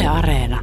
Yle Areena.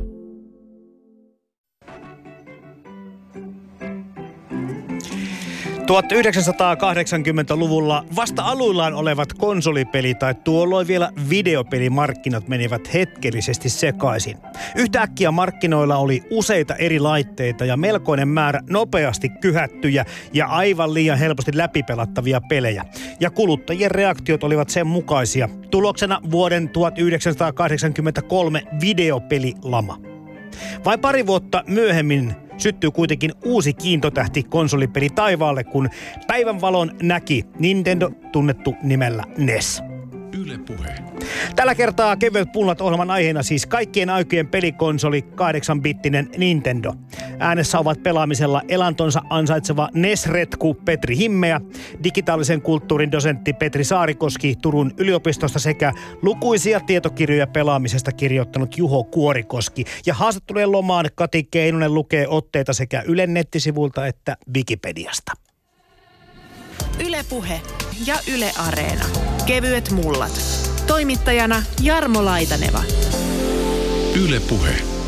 ...1980-luvulla vasta aluillaan olevat konsolipeli- tai tuolloin vielä videopelimarkkinat menivät hetkellisesti sekaisin. Yhtäkkiä markkinoilla oli useita eri laitteita ja melkoinen määrä nopeasti kyhättyjä ja aivan liian helposti läpipelattavia pelejä. Ja kuluttajien reaktiot olivat sen mukaisia. Tuloksena vuoden 1983 videopelilama. Vain pari vuotta myöhemmin syttyy kuitenkin uusi kiintotähti konsolipeli taivaalle, kun päivänvalon näki Nintendo, tunnettu nimellä NES. Yle Puhe. Tällä kertaa Kevyet pullat -ohjelman aiheena siis kaikkien aikojen pelikonsoli 8-bittinen Nintendo. Äänessä ovat pelaamisella elantonsa ansaitseva NES-retku Petri Himmeä, digitaalisen kulttuurin dosentti Petri Saarikoski Turun yliopistosta sekä lukuisia tietokirjoja pelaamisesta kirjoittanut Juho Kuorikoski. Ja haastattelujen lomaan Kati Keinonen lukee otteita sekä Ylen nettisivuilta että Wikipediasta. Yle Puhe ja Yle Areena. Kevyet mullat. Toimittajana Jarmo Laitaneva. Yle Puhe.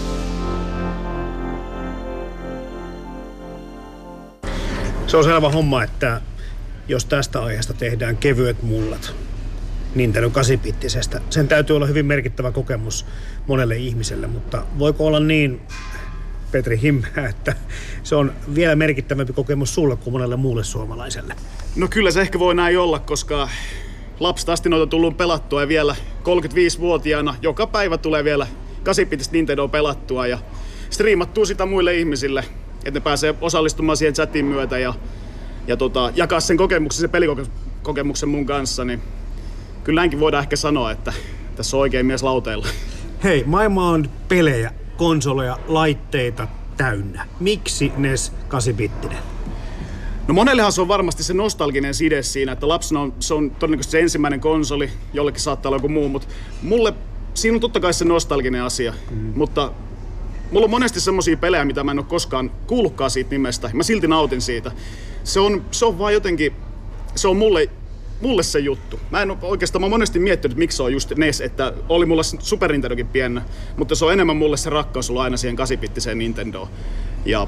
Se on selvä homma, että jos tästä aiheesta tehdään kevyet mullat Nintendo 8-bittisestä, sen täytyy olla hyvin merkittävä kokemus monelle ihmiselle, mutta voiko olla niin, Petri Himmeä, että se on vielä merkittävämpi kokemus sulle kuin monelle muulle suomalaiselle? No kyllä se ehkä voi näin olla, koska lapsesta asti noita on tullut pelattua ja vielä 35-vuotiaana joka päivä tulee vielä 8-bittistä Nintendoa pelattua ja striimattua sitä muille ihmisille, että ne pääsee osallistumaan siihen chatin myötä ja jakaa sen kokemuksen, sen pelikokemuksen mun kanssa, niin kyllä näinkin voidaan ehkä sanoa, että tässä on oikein mies lauteilla. Hei, maailma on pelejä, konsoleja, laitteita täynnä. Miksi NES 8-bittinen? No monellehan se on varmasti se nostalginen side siinä, että lapsena se on todennäköisesti se ensimmäinen konsoli, jollekin saattaa olla joku muu, mutta mulle siinä on totta kai se nostalginen asia, mutta mulla on monesti semmosia pelejä, mitä mä en ole koskaan kuullutkaan siitä nimestä, mä silti nautin siitä. Se on vaan jotenkin, se on mulle se juttu. Mä oon monesti miettinyt, miksi se on just NES, että oli mulla Super Nintendokin piennä, mutta se on enemmän mulle se rakkaus ollut aina siihen 8-bittiseen Nintendoon. Ja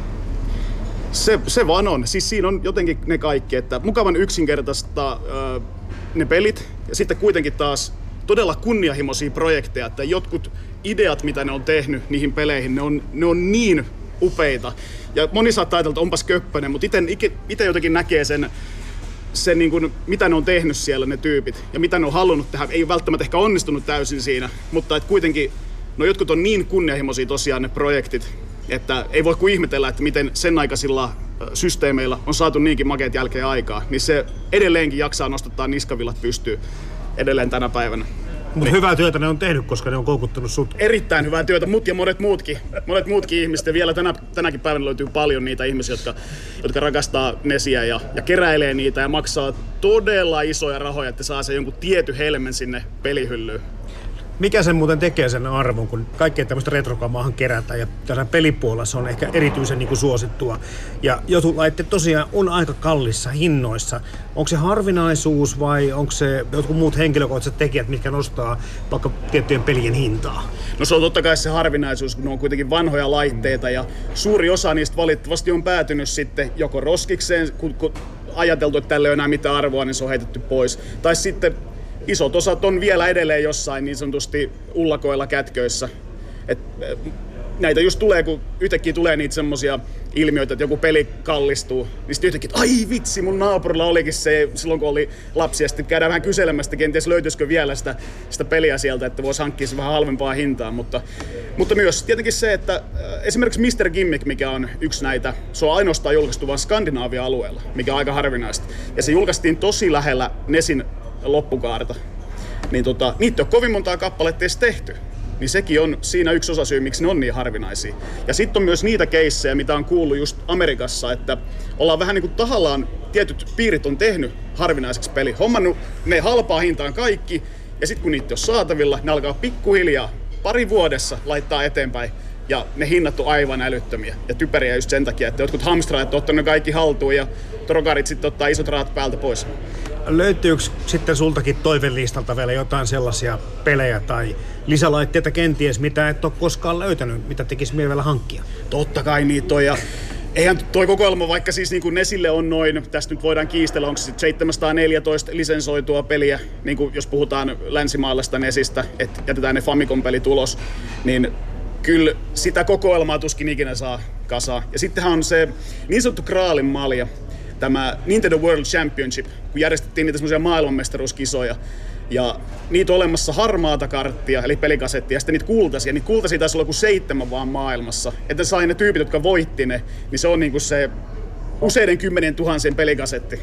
se vaan on. Siis siinä on jotenkin ne kaikki, että mukavan yksinkertaista ne pelit ja sitten kuitenkin taas todella kunnianhimoisia projekteja, että jotkut ideat, mitä ne on tehnyt niihin peleihin, ne on niin upeita. Ja moni saattaa ajatella, että onpas köppönen, mutta itse jotenkin näkee sen niin kuin, mitä ne on tehnyt siellä ne tyypit ja mitä ne on halunnut tehdä. Ei välttämättä ehkä onnistunut täysin siinä, mutta et kuitenkin jotkut on niin kunnianhimoisia tosiaan ne projektit, että ei voi kuin ihmetellä, että miten sen aikaisilla systeemeillä on saatu niinkin makeat jälkeen aikaa, niin se edelleenkin jaksaa nostattaa niskavillat pystyyn edelleen tänä päivänä. Mutta hyvää työtä ne on tehnyt, koska ne on koukuttanut sut. Erittäin hyvää työtä, mut ja monet muutkin ihmiset. Ja vielä tänäkin päivänä löytyy paljon niitä ihmisiä, jotka rakastaa NESiä ja keräilee niitä ja maksaa todella isoja rahoja, että saa sen jonkun tietyn helmen sinne pelihyllyyn. Mikä sen muuten tekee sen arvon, kun kaikkea tämmöistä retrokamaahan kerätään ja tässä pelipuolella se on ehkä erityisen niin kuin suosittua. Ja jotkut laitteet tosiaan on aika kallissa hinnoissa. Onko se harvinaisuus vai onko se jotkut muut henkilökohtaiset tekijät, mitkä nostaa vaikka tiettyjen pelien hintaa? No se on totta kai se harvinaisuus, kun ne on kuitenkin vanhoja laitteita ja suuri osa niistä valitettavasti on päätynyt sitten joko roskikseen, kun ajateltu, että tällä ei ole enää mitään arvoa, niin se on heitetty pois. Tai sitten isot osat on vielä edelleen jossain niin sanotusti ullakoilla kätköissä. Näitä just tulee, kun yhtäkkiä tulee niitä semmosia ilmiöitä, että joku peli kallistuu, niin sitten yhtäkkiä, että ai vitsi, mun naapurilla olikin se silloin kun oli lapsi, ja sitten käydään vähän kyselemästä, kenties löytyisikö vielä sitä peliä sieltä, että voisi hankkia se vähän halvempaa hintaan, mutta myös tietenkin se, että esimerkiksi Mr. Gimmick, mikä on yksi näitä, se on ainoastaan julkaistu vain Skandinaavia alueella, mikä on aika harvinaista, ja se julkaistiin tosi lähellä NESin loppukaarta, niin niitä on kovin montaa kappaletta edes tehty. Niin sekin on siinä yksi osasyy, miksi ne on niin harvinaisia. Ja sitten on myös niitä keissejä, mitä on kuullut just Amerikassa, että ollaan vähän niin kuin tahallaan, tietyt piirit on tehnyt harvinaiseksi peli, hommannut ne halpaa hintaan kaikki, ja sitten kun niitä on saatavilla, ne alkaa pikkuhiljaa pari vuodessa laittaa eteenpäin Ja ne hinnat on aivan älyttömiä ja typeriä just sen takia, että jotkut hamstraajat on ottanut ne kaikki haltuun ja trokarit sitten ottaa isot rahat päältä pois. Löytyykö sitten sultakin toivelistalta vielä jotain sellaisia pelejä tai lisälaitteita kenties, mitä et ole koskaan löytänyt, mitä tekisi vielä hankkia? Totta kai niitä on, ja eihän toi kokoelma, vaikka siis niin kuin Nesille on noin, tästä nyt voidaan kiistellä, onko se 714 lisensoitua peliä, niin kuin jos puhutaan länsimaalaisesta Nesistä, että jätetään ne Famicom-pelit ulos, niin kyllä sitä kokoelmaa tuskin ikinä saa kasaan. Ja sittenhän on se niin sanottu Graalin malja, tämä Nintendo World Championship, kun järjestettiin niitä semmoisia maailmanmestaruuskisoja. Ja niitä on olemassa harmaata karttia, eli pelikasettia, ja sitten niitä kultaisia. Niitä kultaisia taisi olla kuin 7 vaan maailmassa. Että sai ne tyypit, jotka voitti ne, niin se on niinku se useiden 10 000 pelikasetti.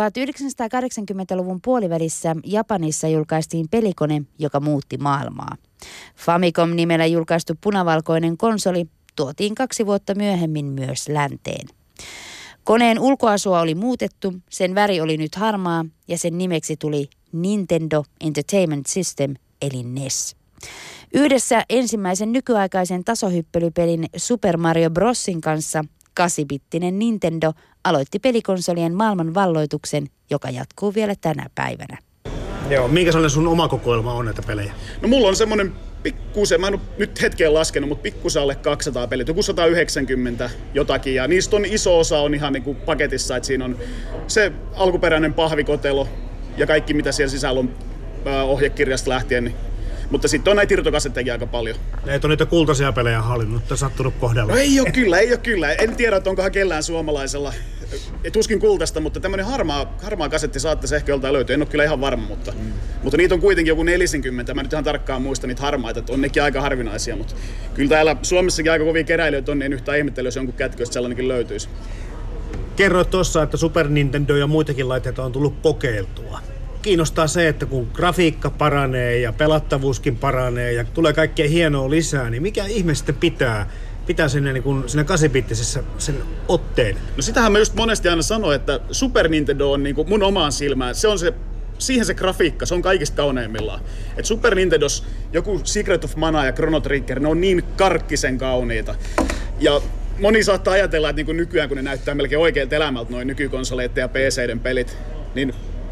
1980-luvun puolivälissä Japanissa julkaistiin pelikone, joka muutti maailmaa. Famicom-nimellä julkaistu punavalkoinen konsoli tuotiin 2 vuotta myöhemmin myös länteen. Koneen ulkoasua oli muutettu, sen väri oli nyt harmaa ja sen nimeksi tuli Nintendo Entertainment System eli NES. Yhdessä ensimmäisen nykyaikaisen tasohyppelypelin Super Mario Brosin kanssa 8-bittinen Nintendo aloitti pelikonsolien maailmanvalloituksen, joka jatkuu vielä tänä päivänä. Joo, minkä sellainen sun oma kokoelma on näitä pelejä? No mulla on semmonen pikkusen, mä en ole nyt hetkeen laskenut, mutta pikkusen alle 200 pelit, joku 190 jotakin, ja niistä on iso osa on ihan niinku paketissa, että siinä on se alkuperäinen pahvikotelo ja kaikki mitä siellä sisällä on ohjekirjasta lähtien, niin. Mutta sitten on näitä irtokasetteja aika paljon. Et ole niitä kultaisia pelejä hallinnut tai sattunut kohdalla? No ei ole kyllä. En tiedä, että onkohan kellään suomalaisella. Tuskin kultaista, mutta tämmöinen harmaa kasetti saattaisi ehkä joltain löytyä. En ole kyllä ihan varma, mutta niitä on kuitenkin joku 40. Mä nyt ihan tarkkaan muistan niitä harmaita, että on nekin aika harvinaisia. Mutta kyllä täällä Suomessakin aika kovia keräilijöitä on, niin en yhtään ihmettely, jos jonkun kätköistä sellainenkin löytyisi. Kerroit tuossa, että Super Nintendo ja muitakin laitteita on tullut kokeiltua. Kiinnostaa se, että kun grafiikka paranee ja pelattavuuskin paranee ja tulee kaikkea hienoa lisää, niin mikä ihme sitten pitää siinä 8-bittisessä sen otteen? No sitähän mä just monesti aina sanon, että Super Nintendo on niin kuin mun omaan silmään. Siihen se grafiikka, se on kaikista kauneimmillaan. Et Super Nintendos joku Secret of Mana ja Chrono Trigger, ne on niin karkkisen kauniita. Ja moni saattaa ajatella, että niin nykyään kun ne näyttää melkein oikealta elämältä noin nykykonsoleiden ja PC:den pelit, niin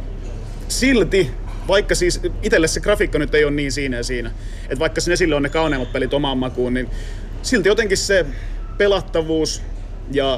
silti, vaikka siis itselle se grafiikka nyt ei ole niin siinä ja siinä, että vaikka Nesille on ne kauneimmat pelit omaan makuun, niin silti jotenkin se pelattavuus ja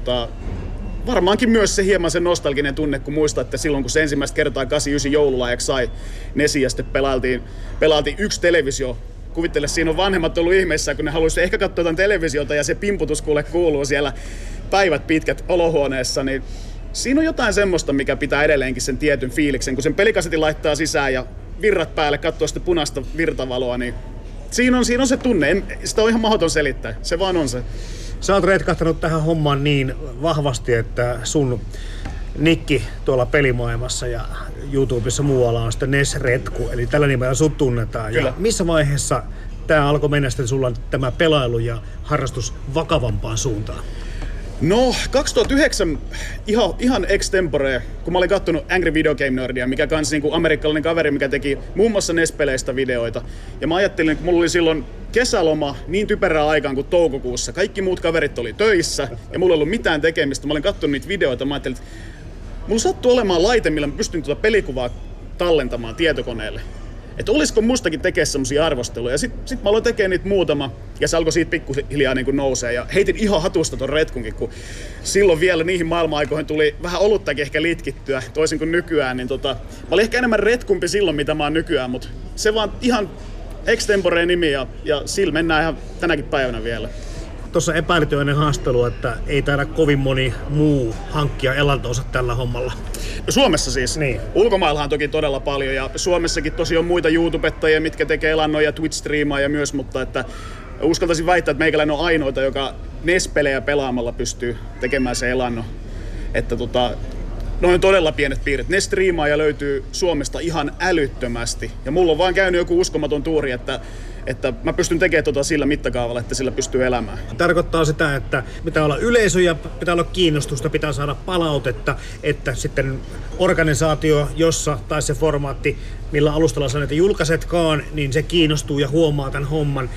varmaankin myös se hieman se nostalginen tunne, kun muistaa, että silloin kun se ensimmäistä kertaa 89 joululahjaksi sai Nesiä ja sitten pelailtiin yksi televisio. Kuvittele, siinä on vanhemmat ollut ihmeessä, kun ne haluaisi ehkä katsoa jotain televisiota ja se pimputus kuuluu siellä päivät pitkät olohuoneessa, niin siinä on jotain semmoista, mikä pitää edelleenkin sen tietyn fiiliksen. Kun sen pelikasetin laittaa sisään ja virrat päälle, katsoo sitä punaista virtavaloa, niin siinä on se tunne. Sitä on ihan mahdoton selittää. Se vaan on se. Sä oot retkahtanut tähän hommaan niin vahvasti, että sun nikki tuolla pelimaailmassa ja YouTubessa muualla on sitten NES-retku, eli tällä nimellä sut tunnetaan. Kyllä. Ja missä vaiheessa tää alkoi mennä sitten sulla tämä pelailu ja harrastus vakavampaan suuntaan? No, 2009 ihan extempore, kun mä olin kattonut Angry Video Game Nerdia, mikä kans niinku amerikkalainen kaveri, mikä teki muun muassa NES-peleistä videoita. Ja mä ajattelin, että mulla oli silloin kesäloma niin typerää aikaan kuin toukokuussa. Kaikki muut kaverit oli töissä ja mulla ei ollut mitään tekemistä. Mä olin kattonut niitä videoita, mä ajattelin, että mulla sattui olemaan laite, millä mä pystyn tuota pelikuvaa tallentamaan tietokoneelle. Että olisiko mustakin tekee semmosia arvosteluja. Ja sit mä aloin tekemään niitä muutama, ja se alkoi siitä pikkuhiljaa niin kuin nousee. Ja heitin ihan hatusta ton retkunkin, kun silloin vielä niihin maailman-aikoihin tuli vähän oluttakin ehkä litkittyä, toisin kuin nykyään. Niin mä olin ehkä enemmän retkumpi silloin, mitä mä oon nykyään, mutta se vaan ihan extemporeen nimi, ja sillä mennään ihan tänäkin päivänä vielä. Tuossa epäilit jo ennen haastelua, että ei taida kovin moni muu hankkia elantonsa tällä hommalla. No Suomessa siis. Niin. Ulkomaillahan toki todella paljon ja Suomessakin tosi on muita YouTubettajia, mitkä tekee elannon ja Twitch-striimaa myös, mutta että uskaltaisin väittää, että meikäläinen on ainoita, joka NES-pelejä pelaamalla pystyy tekemään se elannon. Että noin todella pienet piirret. NES-striimaaja löytyy Suomesta ihan älyttömästi ja mulla on vaan käynyt joku uskomaton tuuri, että mä pystyn tekemään sillä mittakaavalla, että sillä pystyy elämään. Tarkoittaa sitä, että pitää olla yleisöjä, pitää olla kiinnostusta, pitää saada palautetta, että sitten organisaatio, jossa tai se formaatti, millä alustalla sä näitä julkaisetkaan, niin se kiinnostuu ja huomaa tämän homman.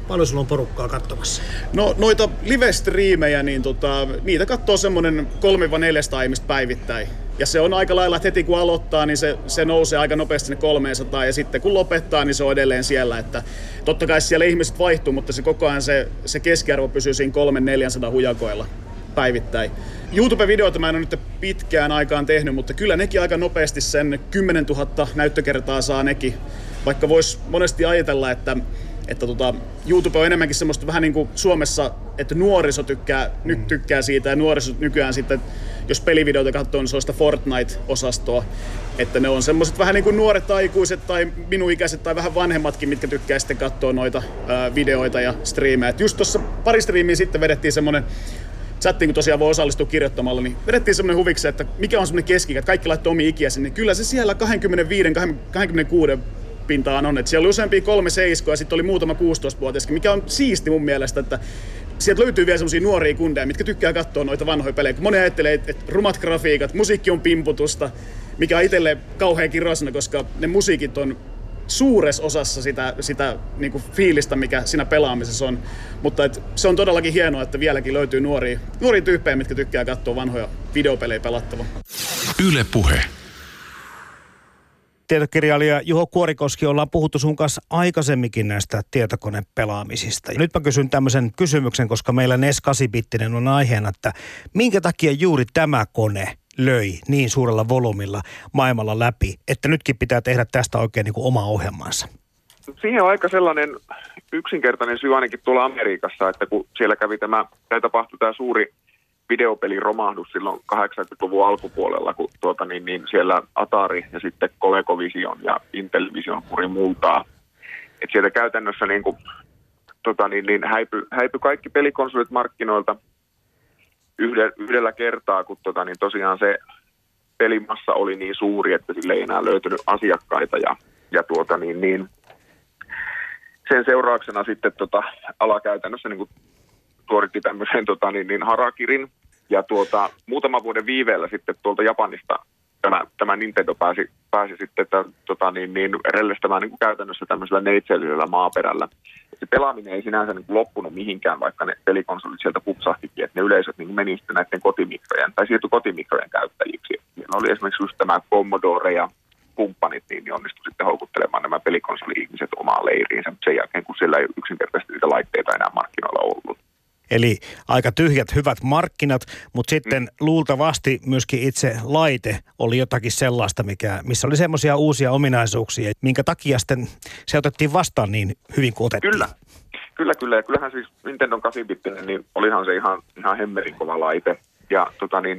Paljon sulla on porukkaa katsomassa? No noita live-striimejä, niin niitä katsoo semmonen 300-400 ihmistä päivittäin. Ja se on aika lailla, että heti kun aloittaa, niin se nousee aika nopeasti sinne 300, ja sitten kun lopettaa, niin se on edelleen siellä. Että totta kai siellä ihmiset vaihtuu, mutta se koko ajan se keskiarvo pysyy siinä 300-400 hujakoilla päivittäin. YouTube-videoita mä en ole nyt pitkään aikaan tehnyt, mutta kyllä nekin aika nopeasti sen 10 000 näyttökertaa saa nekin. Vaikka vois monesti ajatella, että YouTube on enemmänkin semmoista vähän niin kuin Suomessa, että nuoriso tykkää siitä, ja nuoriso nykyään sitten, jos pelivideoita katsoo, niin se on sitä Fortnite-osastoa. Että ne on semmoiset vähän niin kuin nuoret aikuiset tai minun ikäiset tai vähän vanhemmatkin, mitkä tykkää sitten katsoa noita videoita ja striimejä. Et just tuossa pari striimiä sitten vedettiin semmoinen, chattiin kun tosiaan voi osallistua kirjoittamalla, niin vedettiin semmoinen huviksi, että mikä on semmoinen keski, että kaikki laittoi omia ikiä sinne. Kyllä se siellä 25-26 pintaan on. Et siellä oli useampia 3-7 ja sitten oli muutama 16-vuotias, mikä on siisti mun mielestä, että sieltä löytyy vielä semmosia nuoria kundeja, mitkä tykkää katsoa noita vanhoja pelejä. Kun moni ajattelee, että rumat grafiikat, musiikki on pimputusta, mikä on itselle kauhean kirosana, koska ne musiikit on suuressa osassa sitä niin kuin fiilistä, mikä siinä pelaamisessa on. Mutta se on todellakin hienoa, että vieläkin löytyy nuoria tyyppejä, mitkä tykkää katsoa vanhoja videopelejä pelattavaa. Yle Puhe. Tietokirjailija Juho Kuorikoski, ollaan puhuttu sun kanssa aikaisemminkin näistä tietokonepelaamisista. Ja nyt mä kysyn tämmöisen kysymyksen, koska meillä NES 8-bittinen on aiheena, että minkä takia juuri tämä kone löi niin suurella volyymilla maailmalla läpi, että nytkin pitää tehdä tästä oikein niin kuin oma ohjelmansa? Siihen on aika sellainen yksinkertainen syy ainakin tuolla Amerikassa, että kun siellä tapahtui tämä suuri videopeliromahdus silloin 80-luvun alkupuolella, kun siellä Atari ja sitten ColecoVision ja Intellivision puri multaa. Et sieltä käytännössä häipyi kaikki pelikonsolit markkinoilta yhdellä kertaa, kun tosiaan se pelimassa oli niin suuri, että sille ei enää löytynyt asiakkaita ja sen seurauksena sitten ala käytännössä suoritti tämmöisen harakirin ja muutaman vuoden viiveellä sitten tuolta Japanista tämä Nintendo pääsi sitten rellestämään käytännössä tämmöisellä neitsellisellä maaperällä. Se pelaaminen ei sinänsä loppunut mihinkään, vaikka ne pelikonsolit sieltä pupsahtikin, että ne yleisöt meni sitten näiden kotimikrojen tai siirtyi kotimikrojen käyttäjiksi. Siellä oli esimerkiksi just tämä Commodore ja kumppanit, niin onnistui sitten houkuttelemaan nämä pelikonsoli-ihmiset omaan leiriinsä sen jälkeen, kun siellä ei yksinkertaisesti niitä laitteita enää markkinoilla ollut. Eli aika tyhjät, hyvät markkinat, mutta sitten luultavasti myöskin itse laite oli jotakin sellaista, missä oli semmoisia uusia ominaisuuksia, minkä takia sitten se otettiin vastaan niin hyvin kuin otettiin. Kyllä. Ja kyllähän siis Nintendo 8-bittinen, niin olihan se ihan hemmerin kova laite. Ja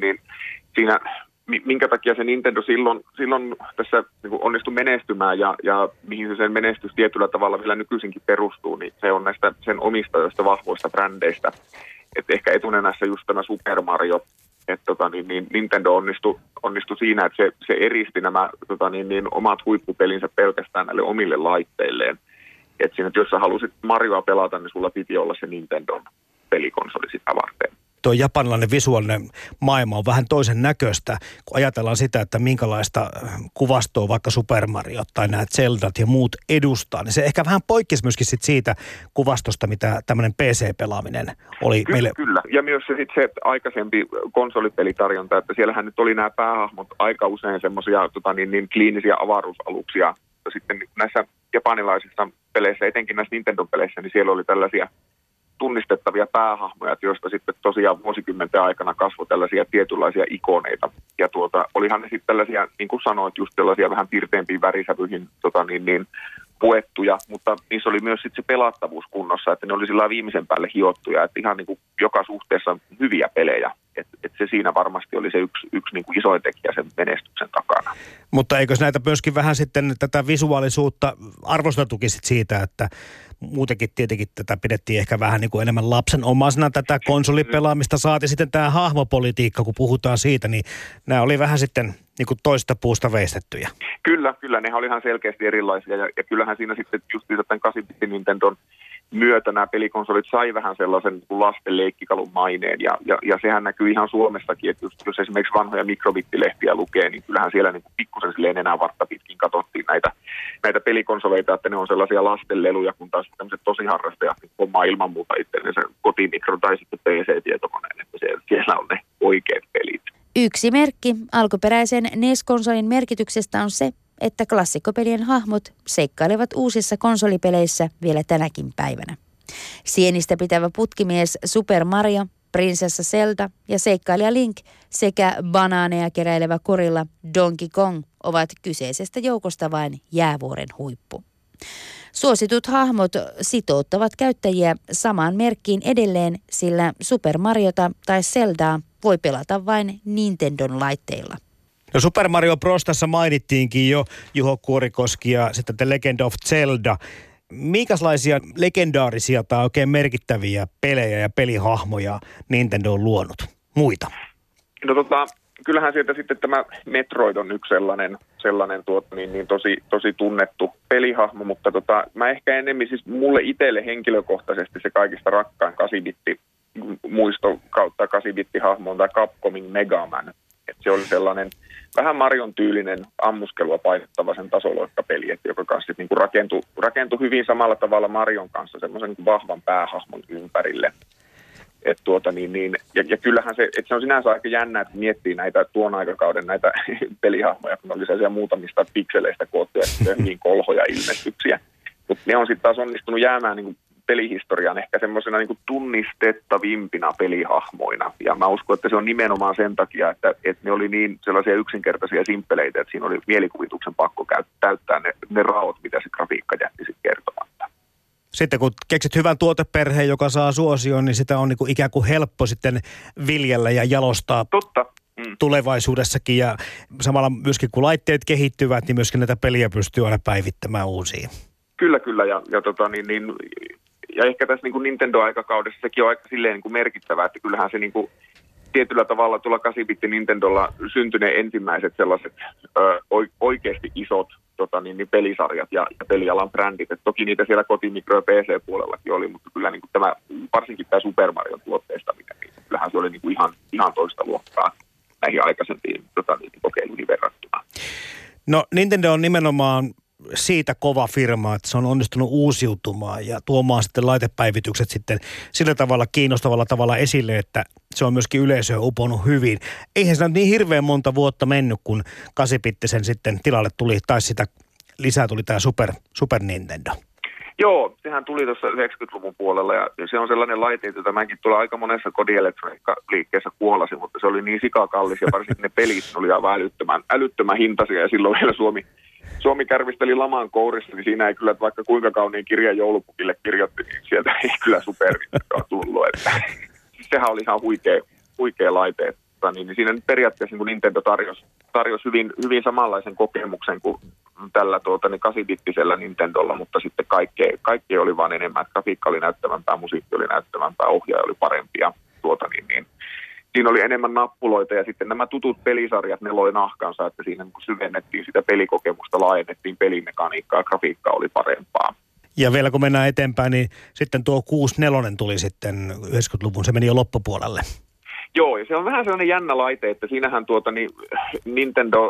siinä, minkä takia se Nintendo silloin tässä onnistui menestymään ja mihin se sen menestys tietyllä tavalla vielä nykyisinkin perustuu, niin se on näistä sen omistajista vahvoista brändeistä. Että ehkä etunenässä just tämä Super Mario, että Nintendo onnistui siinä, että se eristi nämä omat huippupelinsä pelkästään näille omille laitteilleen. Että siinä, jos sä halusit Marioa pelata, niin sulla piti olla se Nintendon pelikonsoli sitä varten. Tuo japanilainen visuaalinen maailma on vähän toisen näköistä, kun ajatellaan sitä, että minkälaista kuvastoa vaikka Super Mario tai nämä Zeldat ja muut edustaa, niin se ehkä vähän poikkesi myöskin siitä kuvastosta, mitä tämmöinen PC-pelaaminen oli meille. Kyllä, ja myös se aikaisempi konsolipelitarjonta, että siellähän nyt oli nämä päähahmot aika usein semmoisia kliinisiä avaruusaluksia. Sitten näissä japanilaisissa peleissä, etenkin näissä Nintendo-peleissä, niin siellä oli tällaisia tunnistettavia päähahmoja, joista sitten tosiaan vuosikymmenten aikana kasvoi tällaisia tietynlaisia ikoneita. Ja olihan ne sitten tällaisia, niin kuin sanoit, just tällaisia vähän pirteempiin värisävyihin puettuja, mutta niissä oli myös sitten se pelattavuus kunnossa, että ne oli sillä viimeisen päälle hiottuja, että ihan niin kuin joka suhteessa hyviä pelejä. Että se siinä varmasti oli se yksi niin kuin isoin tekijä sen menestyksen takana. Mutta eikös näitä myöskin vähän sitten tätä visuaalisuutta arvosteltukin siitä, että muutenkin tietenkin tätä pidettiin ehkä vähän niin kuin enemmän lapsen omaisena tätä konsolipelaamista saati sitten tämä hahmopolitiikka, kun puhutaan siitä, niin nämä oli vähän sitten niin kuin toista puusta veistettyjä. Kyllä, nehän oli ihan selkeästi erilaisia ja kyllähän siinä sitten justiinsa tämän 8-bitin myötä nämä pelikonsolit sai vähän sellaisen lasten leikkikalun maineen, ja sehän näkyy ihan Suomessakin, että jos esimerkiksi vanhoja mikrobittilehtiä lukee, niin kyllähän siellä niin pikkusen silleen enää vartta pitkin katsottiin näitä pelikonsoleita, että ne on sellaisia lastenleluja, kun taas tämmöiset tosi harrastajat niin hommaa ilman muuta itselleen kotimikro tai sitten PC-tietokoneen, että siellä on ne oikeat pelit. Yksi merkki alkuperäisen NES-konsolin merkityksestä on se, että klassikkopelien hahmot seikkailevat uusissa konsolipeleissä vielä tänäkin päivänä. Sienistä pitävä putkimies Super Mario, prinsessa Zelda ja seikkailija Link sekä banaaneja keräilevä gorilla Donkey Kong ovat kyseisestä joukosta vain jäävuoren huippu. Suositut hahmot sitouttavat käyttäjiä samaan merkkiin edelleen, sillä Super Mariota tai Zeldaa voi pelata vain Nintendon laitteilla. No Super Mario Bros. Tässä mainittiinkin jo Juho Kuorikoski ja sitten The Legend of Zelda. Minkälaisia legendaarisia tai oikein merkittäviä pelejä ja pelihahmoja Nintendo on luonut? Muita? No kyllähän sieltä sitten tämä Metroid on yksi sellainen tosi tunnettu pelihahmo, mutta mä ehkä enemmän siis mulle itselle henkilökohtaisesti se kaikista rakkain 8-bitti muisto kautta 8-bitti-hahmo on tämä Capcomin Mega Man. Et se oli sellainen vähän Marion tyylinen ammuskelua painottava sen tasoloikkapeli, joka kanssa niinku rakentui hyvin samalla tavalla Marion kanssa semmoisen niinku vahvan päähahmon ympärille. Ja kyllähän se on sinänsä aika jännä, että miettii näitä tuon aikakauden näitä pelihahmoja, kun oli sellaisia muutamista pikseleistä koottuja hyvin kolhoja ilmestyksiä. Mutta ne on sitten taas onnistunut jäämään niinku pelihistoriaan ehkä semmoisena niin kuin tunnistettavimpina pelihahmoina. Ja mä uskon, että se on nimenomaan sen takia, että ne oli niin sellaisia yksinkertaisia simppeleitä, että siinä oli mielikuvituksen pakko täyttää ne raot, mitä se grafiikka jätti sitten kertomatta. Sitten kun keksit hyvän tuoteperheen, joka saa suosion, niin sitä on niin kuin ikään kuin helppo sitten viljellä ja jalostaa. Totta. Tulevaisuudessakin. Ja samalla myöskin kun laitteet kehittyvät, niin myöskin näitä peliä pystyy aina päivittämään uusiin. Kyllä. Ja ehkä tässä niin kuin Nintendo-aikakaudessa sekin on aika silleen niin kuin merkittävää, että kyllähän se niin kuin tietyllä tavalla tuolla 8-bitti Nintendolla syntyi ne ensimmäiset sellaiset oikeasti isot pelisarjat ja pelialan brändit. Et toki niitä siellä kotimikro- ja PC-puolellakin oli, mutta kyllä niin kuin varsinkin tämä Super Marion tuotteistaminen, niin kyllähän se oli niin kuin ihan toista luokkaa näihin aikaisempiin kokeiluihin verrattuna. No Nintendo on nimenomaan siitä kova firma, että se on onnistunut uusiutumaan ja tuomaan sitten laitepäivitykset sitten sillä tavalla kiinnostavalla tavalla esille, että se on myöskin yleisöön uponut hyvin. Eihän se niin hirveän monta vuotta mennyt, kun 8-bittisen sitten tilalle tuli, tai sitä lisää tuli tämä Super Nintendo. Joo, sehän tuli tuossa 90-luvun puolella ja se on sellainen laite, jota mäkin tuolla aika monessa kodielektroniikka-liikkeessä kuolasin, mutta se oli niin sikakallis ja varsinkin ne pelit oli aivan älyttömän hintaisia ja silloin vielä Suomi kärvisteli lamaan kourissa, niin siinä ei kyllä, että vaikka kuinka kauniin kirjan joulupukille kirjoitti, niin sieltä ei kyllä Super-Nintendo tullut. Että sehän oli ihan huikea laite. Niin siinä nyt periaatteessa niin Nintendo tarjosi hyvin samanlaisen kokemuksen kuin tällä 8-bittisellä Nintendolla, mutta sitten kaikki oli vaan enemmän. Grafiikka oli näyttävämpää, musiikki oli näyttävämpää, ohjaaja oli parempi ja siinä oli enemmän nappuloita ja sitten nämä tutut pelisarjat, ne loi nahkansa, että siinä syvennettiin sitä pelikokemusta, laajennettiin pelimekaniikkaa, grafiikka oli parempaa. Ja vielä kun mennään eteenpäin, niin sitten tuo 64 tuli sitten 90-luvun, se meni jo loppupuolelle. Joo, ja se on vähän sellainen jännä laite, että siinähän Nintendo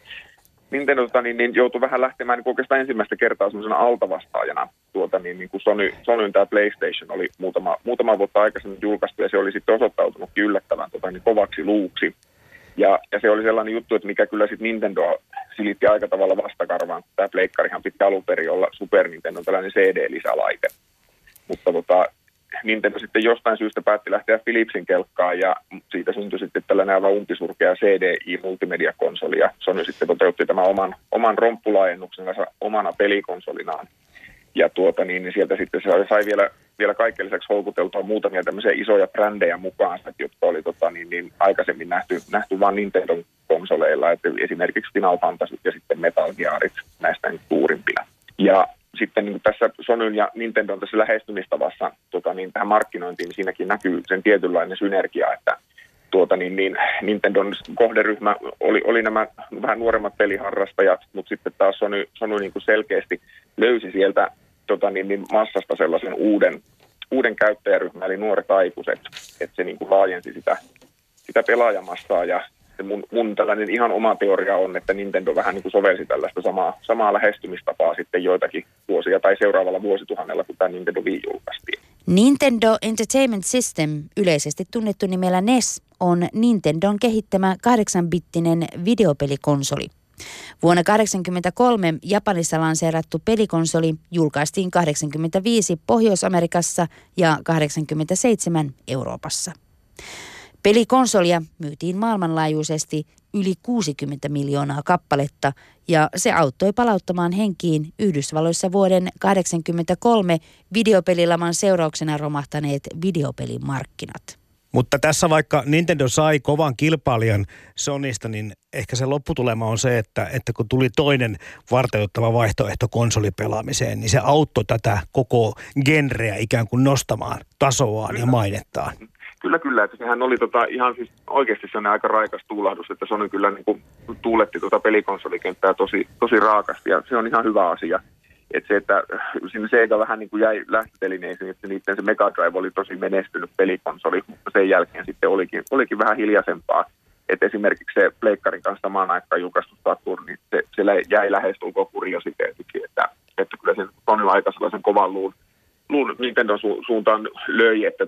joutui vähän lähtemään niin oikeastaan ensimmäistä kertaa semmoisena altavastaajana. Niin kuin Sonyn tämä PlayStation oli muutama vuotta aikaisemmin julkaistu ja se oli sitten osoittautunutkin yllättävän kovaksi luuksi. Ja se oli sellainen juttu, että mikä kyllä sitten Nintendo silitti aika tavalla vastakarvaan. Tämä pleikkarihan pitää alun perin olla Super Nintendo, tällainen CD-lisälaite. Mutta Nintendo sitten jostain syystä päätti lähteä Philipsin kelkkaan ja siitä syntyi sitten tällainen aivan umpisurkea CDI-multimediakonsoli ja Sony sitten toteutti tämän oman romppulaajennuksensa omana pelikonsolinaan. Ja niin sieltä sitten se sai vielä kaiken lisäksi houkuteltua muutamia tämmöisiä isoja brändejä mukaan, jotka oli aikaisemmin nähty vain Nintendon konsoleilla, että esimerkiksi Final Fantasy ja sitten Metal Gearit näistä suurimpina. Ja sitten niin tässä Sonyn ja Nintendon tässä lähestymistavassa tähän markkinointiin, niin siinäkin näkyy sen tietynlainen synergia, että Nintendon kohderyhmä oli nämä vähän nuoremmat peliharrastajat, mutta sitten taas Sony niin kuin selkeästi löysi sieltä massasta sellaisen uuden käyttäjäryhmän, eli nuoret aikuiset, että se niin kuin laajensi sitä pelaajamassaa. Ja se mun tällainen ihan oma teoria on, että Nintendo vähän niin kuin sovelsi tällaista samaa lähestymistapaa sitten joitakin vuosia tai seuraavalla vuosituhannella, kun tämä Nintendo Wii julkaistiin. Nintendo Entertainment System, yleisesti tunnettu nimellä NES, on Nintendon kehittämä 8-bittinen videopelikonsoli. Vuonna 1983 Japanissa lanseerattu pelikonsoli julkaistiin 1985 Pohjois-Amerikassa ja 1987 Euroopassa. Pelikonsolia myytiin maailmanlaajuisesti yli 60 miljoonaa kappaletta ja se auttoi palauttamaan henkiin Yhdysvalloissa vuoden 1983 videopelilaman seurauksena romahtaneet videopelimarkkinat. Mutta tässä vaikka Nintendo sai kovan kilpailijan Sonysta, niin ehkä se lopputulema on se, että kun tuli toinen varteuttava vaihtoehto konsolipelaamiseen, niin se auttoi tätä koko genreä ikään kuin nostamaan tasoaan ja mainettaan. Kyllä, että sehän oli ihan siis oikeasti sellainen aika raikas tuulahdus, että Sony kyllä niin kuin tuuletti pelikonsolikenttää tosi raakasti ja se on ihan hyvä asia. Että se, että siinä Sega vähän niin kuin jäi lähtötelineisiin, että niiden se Mega Drive oli tosi menestynyt pelikonsoli, mutta sen jälkeen sitten olikin vähän hiljaisempaa. Että esimerkiksi se Pleikkarin kanssa samaan aikaan julkaistu Saturn, niin se jäi lähestulkoon kuriositeetiksi, että kyllä sen Sonylla aika sellaisen kovan luun Nintendon suuntaan löi, että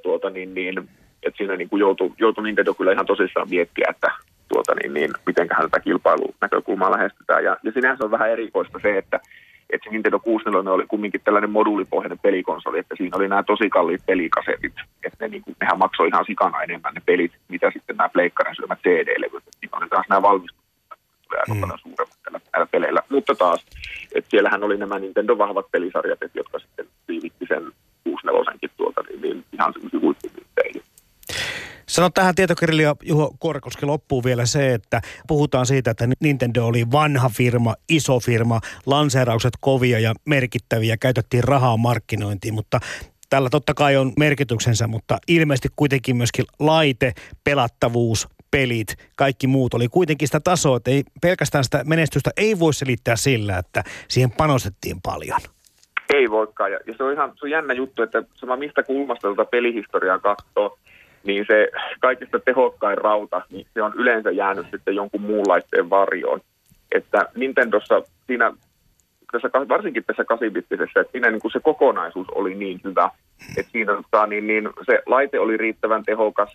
että siinä niin kuin joutui Nintendo kyllä ihan tosissaan miettiä, että mitenköhän tätä kilpailunäkökulmaa lähestytään. Ja sinänsä on vähän erikoista se, että se Nintendo 64 oli kumminkin tällainen moduulipohjainen pelikonsoli, että siinä oli nämä tosi kalliit pelikasetit, että nehän maksoi ihan sikana enemmän ne pelit, mitä sitten nämä pleikkarin syömät CD-levyt. Siinä oli taas nämä valmistukset, tulee aika paljon suuremmat näillä peleillä. Mutta taas, että siellähän oli nämä Nintendo vahvat pelisarjat, jotka sitten viivitti sen 64-senkin niin ihan semmoisia huippumyytteihin. Sano tähän tietokirjailija Juho Korkoski loppuun vielä se, että puhutaan siitä, että Nintendo oli vanha firma, iso firma, lanseeraukset kovia ja merkittäviä, käytettiin rahaa markkinointiin, mutta tällä totta kai on merkityksensä, mutta ilmeisesti kuitenkin myöskin laite, pelattavuus, pelit, kaikki muut oli kuitenkin sitä tasoa, että ei, pelkästään sitä menestystä ei voi selittää sillä, että siihen panostettiin paljon. Ei voikaan, ja se on jännä juttu, että sama mistä kulmasta pelihistoriaa katsoo, niin se kaikista tehokkain rauta, niin se on yleensä jäänyt sitten jonkun muun laitteen varjoon. Että Nintendossa siinä, varsinkin tässä 8-bittisessä, että siinä niin kuin se kokonaisuus oli niin hyvä, että siinä se laite oli riittävän tehokas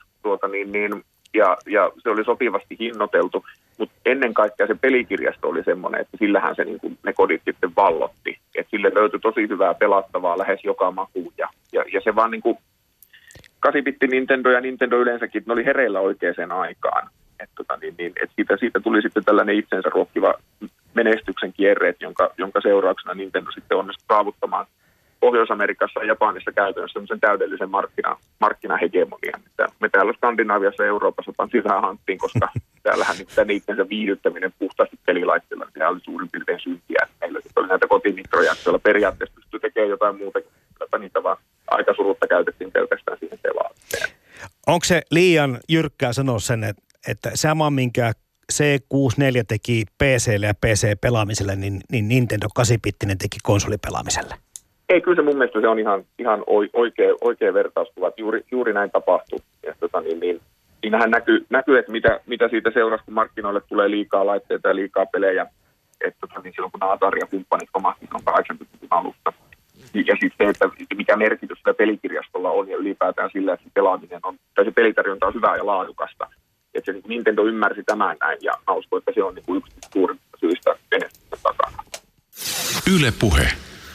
ja se oli sopivasti hinnoiteltu, mutta ennen kaikkea se pelikirjasto oli semmoinen, että sillähän se niin kuin ne kodit sitten vallotti. Että sille löytyi tosi hyvää pelattavaa lähes joka makuun ja se vaan niin kuin 8-bitti Nintendo ja Nintendo yleensäkin, ne oli hereillä oikeaan aikaan. Että siitä tuli sitten tällainen itsensä ruokkiva menestyksen kierre, jonka seurauksena Nintendo sitten onnistui saavuttamaan Pohjois-Amerikassa ja Japanissa käytännössä semmoisen täydellisen markkinahegemonian. Me täällä Skandinaaviassa ja Euroopassa pantiin vähän hanttiin, koska täällähän niiden itsensä viihdyttäminen puhtaasti pelilaitteella, sehän oli suurin piirtein syntiä. Meillä oli näitä kotimikroja, joilla periaatteessa pystyy tekemään jotain muuta, niitä vaan aika surutta käytettiin pelkästään siihen pelaamiseen. Onko se liian jyrkkää sanoa sen, että sama minkä C64 teki PC:lle ja PC-pelaamiselle, niin Nintendo 8-bittinen teki konsolipelaamiselle? Ei, kyllä se mun mielestä se on ihan oikea vertauskuva, että juuri näin tapahtuu. Ja siinähän näkyy, että mitä siitä seurasi, kun markkinoille tulee liikaa laitteita ja liikaa pelejä. Että silloin kun Atari ja kumppanit omasti on 80-luvun alusta. Ja sitten se, että mikä merkitys sillä pelikirjastolla on ja ylipäätään sillä, että se pelaaminen on, tai se pelitarjonta on hyvää ja laadukasta. Että se Nintendo ymmärsi tämän näin ja mä uskon, että se on niin kuin yksi suurimmista syistä menestyksen takana. Yle Puhe.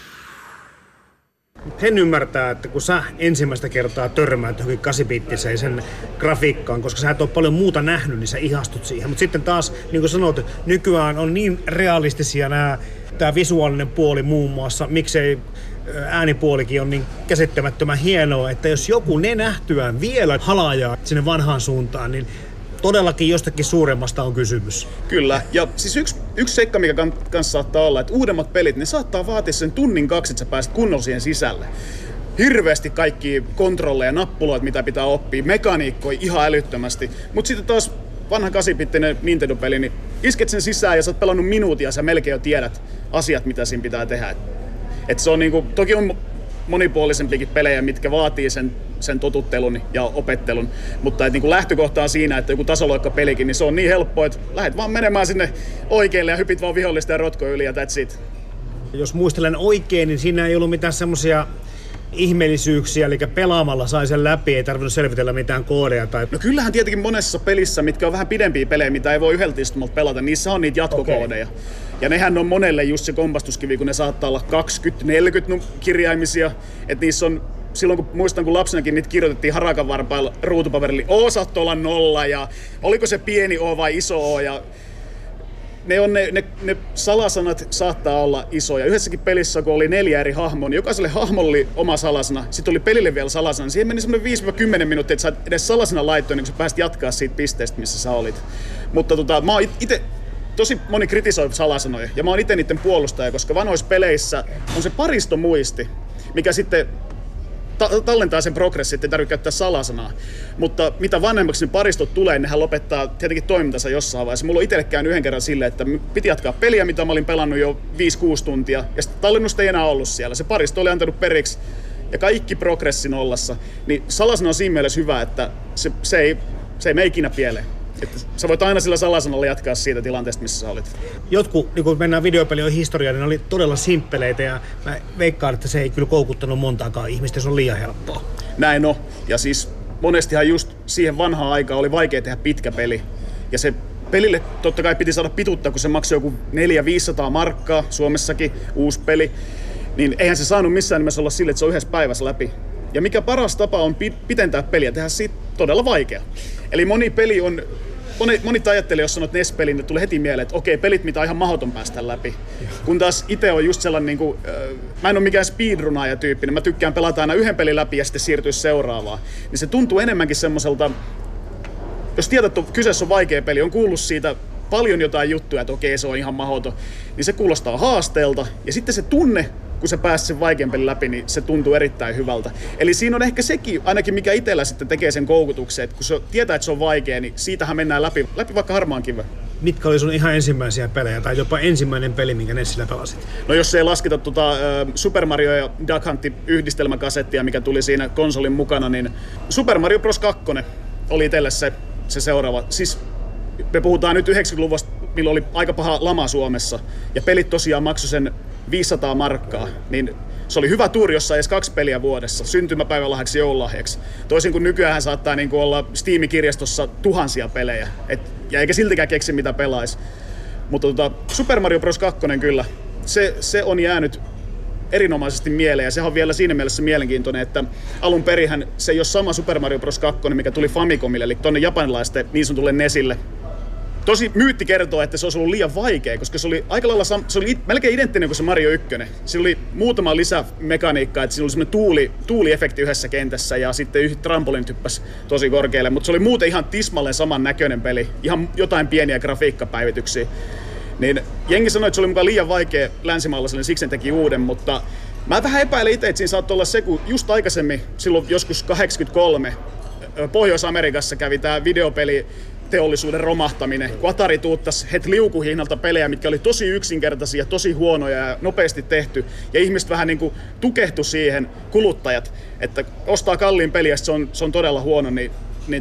Sen ymmärtää, että kun sä ensimmäistä kertaa törmäät johonkin 8-bittiseen sen grafiikkaan, koska sä et ole paljon muuta nähnyt, niin sä ihastut siihen. Mutta sitten taas, niin kuin sanot, nykyään on niin realistisia tämä visuaalinen puoli muun muassa, miksei äänipuolikin on niin käsittämättömän hienoa, että jos joku ne nähtyään vielä halajaa sinne vanhaan suuntaan, niin todellakin jostakin suuremmasta on kysymys. Kyllä, ja siis yksi seikka, mikä kanssa saattaa olla, että uudemmat pelit, ne saattaa vaatia sen 1-2 tunnin, että sä pääset kunnolla siihen sisälle. Hirveästi kaikki kontrolleja, nappuloita, mitä pitää oppia, mekaniikkoja ihan älyttömästi, mutta sitten taas vanha 8-bittinen Nintendo-peli, niin isket sen sisään ja sä oot pelannut minuutin ja sä melkein jo tiedät asiat, mitä siinä pitää tehdä. Et se on niinku, toki on monipuolisempikin pelejä, mitkä vaatii sen totuttelun ja opettelun, mutta niinku lähtökohta on siinä, että joku tasoloikkapelikin, niin se on niin helppoa, että lähdet vaan menemään sinne oikealle ja hypit vaan vihollista ja rotko yli ja that's it. Jos muistelen oikein, niin siinä ei ollut mitään semmoisia ihmeellisyyksiä, eli pelaamalla sai sen läpi, ei tarvinnut selvitellä mitään koodeja. Tai... No kyllähän tietenkin monessa pelissä, mitkä on vähän pidempiä pelejä, mitä ei voi yhdeltä istumalta pelata, niissä on niitä jatkokoodeja. Okay. Ja nehän on monelle just se kompastuskivi, kun ne saattaa olla 20-40 kirjaimisia. Että niissä on, silloin kun muistan, kun lapsenakin niitä kirjoitettiin harakan varpailla ruutupaperilla, O saattoi olla 0 ja oliko se pieni O vai iso O ja ne salasanat saattaa olla isoja. Yhdessäkin pelissä, kun oli 4 eri hahmoa, niin jokaiselle hahmolle oli oma salasana. Sitten oli pelille vielä salasana. Siihen meni semmoinen 5-10 minuuttia, että sä edes salasana laittoon, niin kun sä pääsit jatkaa siitä pisteestä, missä sä olit. Mutta mä oon itse, tosi moni kritisoi salasanoja, ja mä oon itse niiden puolustaja, koska vanhoissa peleissä on se paristomuisti, mikä sitten tallentaa sen progressin, ettei tarvitse käyttää salasanaa. Mutta mitä vanhemmaksi ne paristot tulee, nehän lopettaa tietenkin toimintansa jossain vaiheessa. Mulla on itselle käynyt yhden kerran silleen, että piti jatkaa peliä, mitä mä olin pelannut jo 5-6 tuntia, ja sitten tallennusta ei enää ollut siellä. Se paristo oli antanut periksi, ja kaikki progressi nollassa. Niin salasana on siinä mielessä hyvä, että se ei mene ikinä pieleen. Että sä voit aina sillä salasanalla jatkaa siitä tilanteesta, missä sä olit. Jotkut, niin kun mennään videopelien historiaan, niin ne oli todella simppeleitä ja mä veikkaan, että se ei kyllä koukuttanut montaakaan ihmistä, se on liian helppoa. Näin on. Ja siis monestihan just siihen vanhaan aikaan oli vaikea tehdä pitkä peli. Ja se pelille totta kai piti saada pituutta, kun se maksoi joku 400-500 markkaa, Suomessakin uusi peli. Niin eihän se saanut missään nimessä olla sille, että se on yhdessä päivässä läpi. Ja mikä paras tapa on pitentää peliä, tehdä siitä todella vaikea. Eli moni ajattelee, jos sanot NES-peliin, niin tulee heti mieleen, että okei, pelit, mitä on ihan mahdoton päästä läpi. Kun taas itse on just sellainen, niin kuin, mä en ole mikään speedrunaaja tyyppinen, mä tykkään pelata aina yhden pelin läpi ja sitten siirtyä seuraavaan. Niin se tuntuu enemmänkin semmoiselta, jos tiedät, että kyseessä on vaikea peli, on kuullut siitä paljon jotain juttuja, että okei, se on ihan mahdoton, niin se kuulostaa haasteelta. Ja sitten se tunne, kun sä pääset sen vaikean pelin läpi, niin se tuntuu erittäin hyvältä. Eli siinä on ehkä sekin, ainakin mikä itsellä sitten tekee sen koukutuksen, että kun se tietää, että se on vaikea, niin siitähän mennään läpi vaikka harmaan kiven. Mitkä oli sun ihan ensimmäisiä pelejä tai jopa ensimmäinen peli, minkä Nessillä pelasit? No jos ei lasketa Super Mario ja Duck Hunt -yhdistelmäkasettia, mikä tuli siinä konsolin mukana, niin Super Mario Bros. 2 oli itselle se seuraava. Siis me puhutaan nyt 90-luvusta, milloin oli aika paha lama Suomessa, ja pelit tosiaan maksoi sen 500 markkaa, niin se oli hyvä tuuri, jossa edes 2 peliä vuodessa, syntymäpäivälahjaksi, joululahjaksi. Toisin kuin nykyään saattaa niinku olla Steam-kirjastossa tuhansia pelejä, ja eikä siltikään keksi mitä pelaisi. Mutta Super Mario Bros. 2 kyllä, se on jäänyt erinomaisesti mieleen, ja se on vielä siinä mielessä mielenkiintoinen, että alun perinhän se ei ole sama Super Mario Bros. 2, mikä tuli Famicomille, eli tuonne japanilaisten niin sanotulle NESille. Tosi myytti kertoo, että se olisi ollut liian vaikea, koska se oli aika lailla se oli melkein identtinen kuin se Mario 1. Siinä oli muutama lisämekaniikka, että siinä oli semmoinen tuuliefekti yhdessä kentässä ja sitten trampolin hyppäsi tosi korkealle, mutta se oli muuten ihan tismalleen saman näköinen peli, ihan jotain pieniä grafiikkapäivityksiä. Niin jengi sanoi, että se oli mukaan liian vaikea länsimaalaiselle, siksi sen teki uuden, mutta mä vähän epäilen itse, että siinä saattoi olla se, kun just aikaisemmin, silloin joskus 83, Pohjois-Amerikassa kävi tää videopeliteollisuuden romahtaminen, kun Atari tuuttasi heti liukuhihnalta pelejä, mitkä oli tosi yksinkertaisia, tosi huonoja ja nopeasti tehty, ja ihmiset vähän niin kuin tukehtui siihen, kuluttajat, että ostaa kalliin peliä, se on todella huono, niin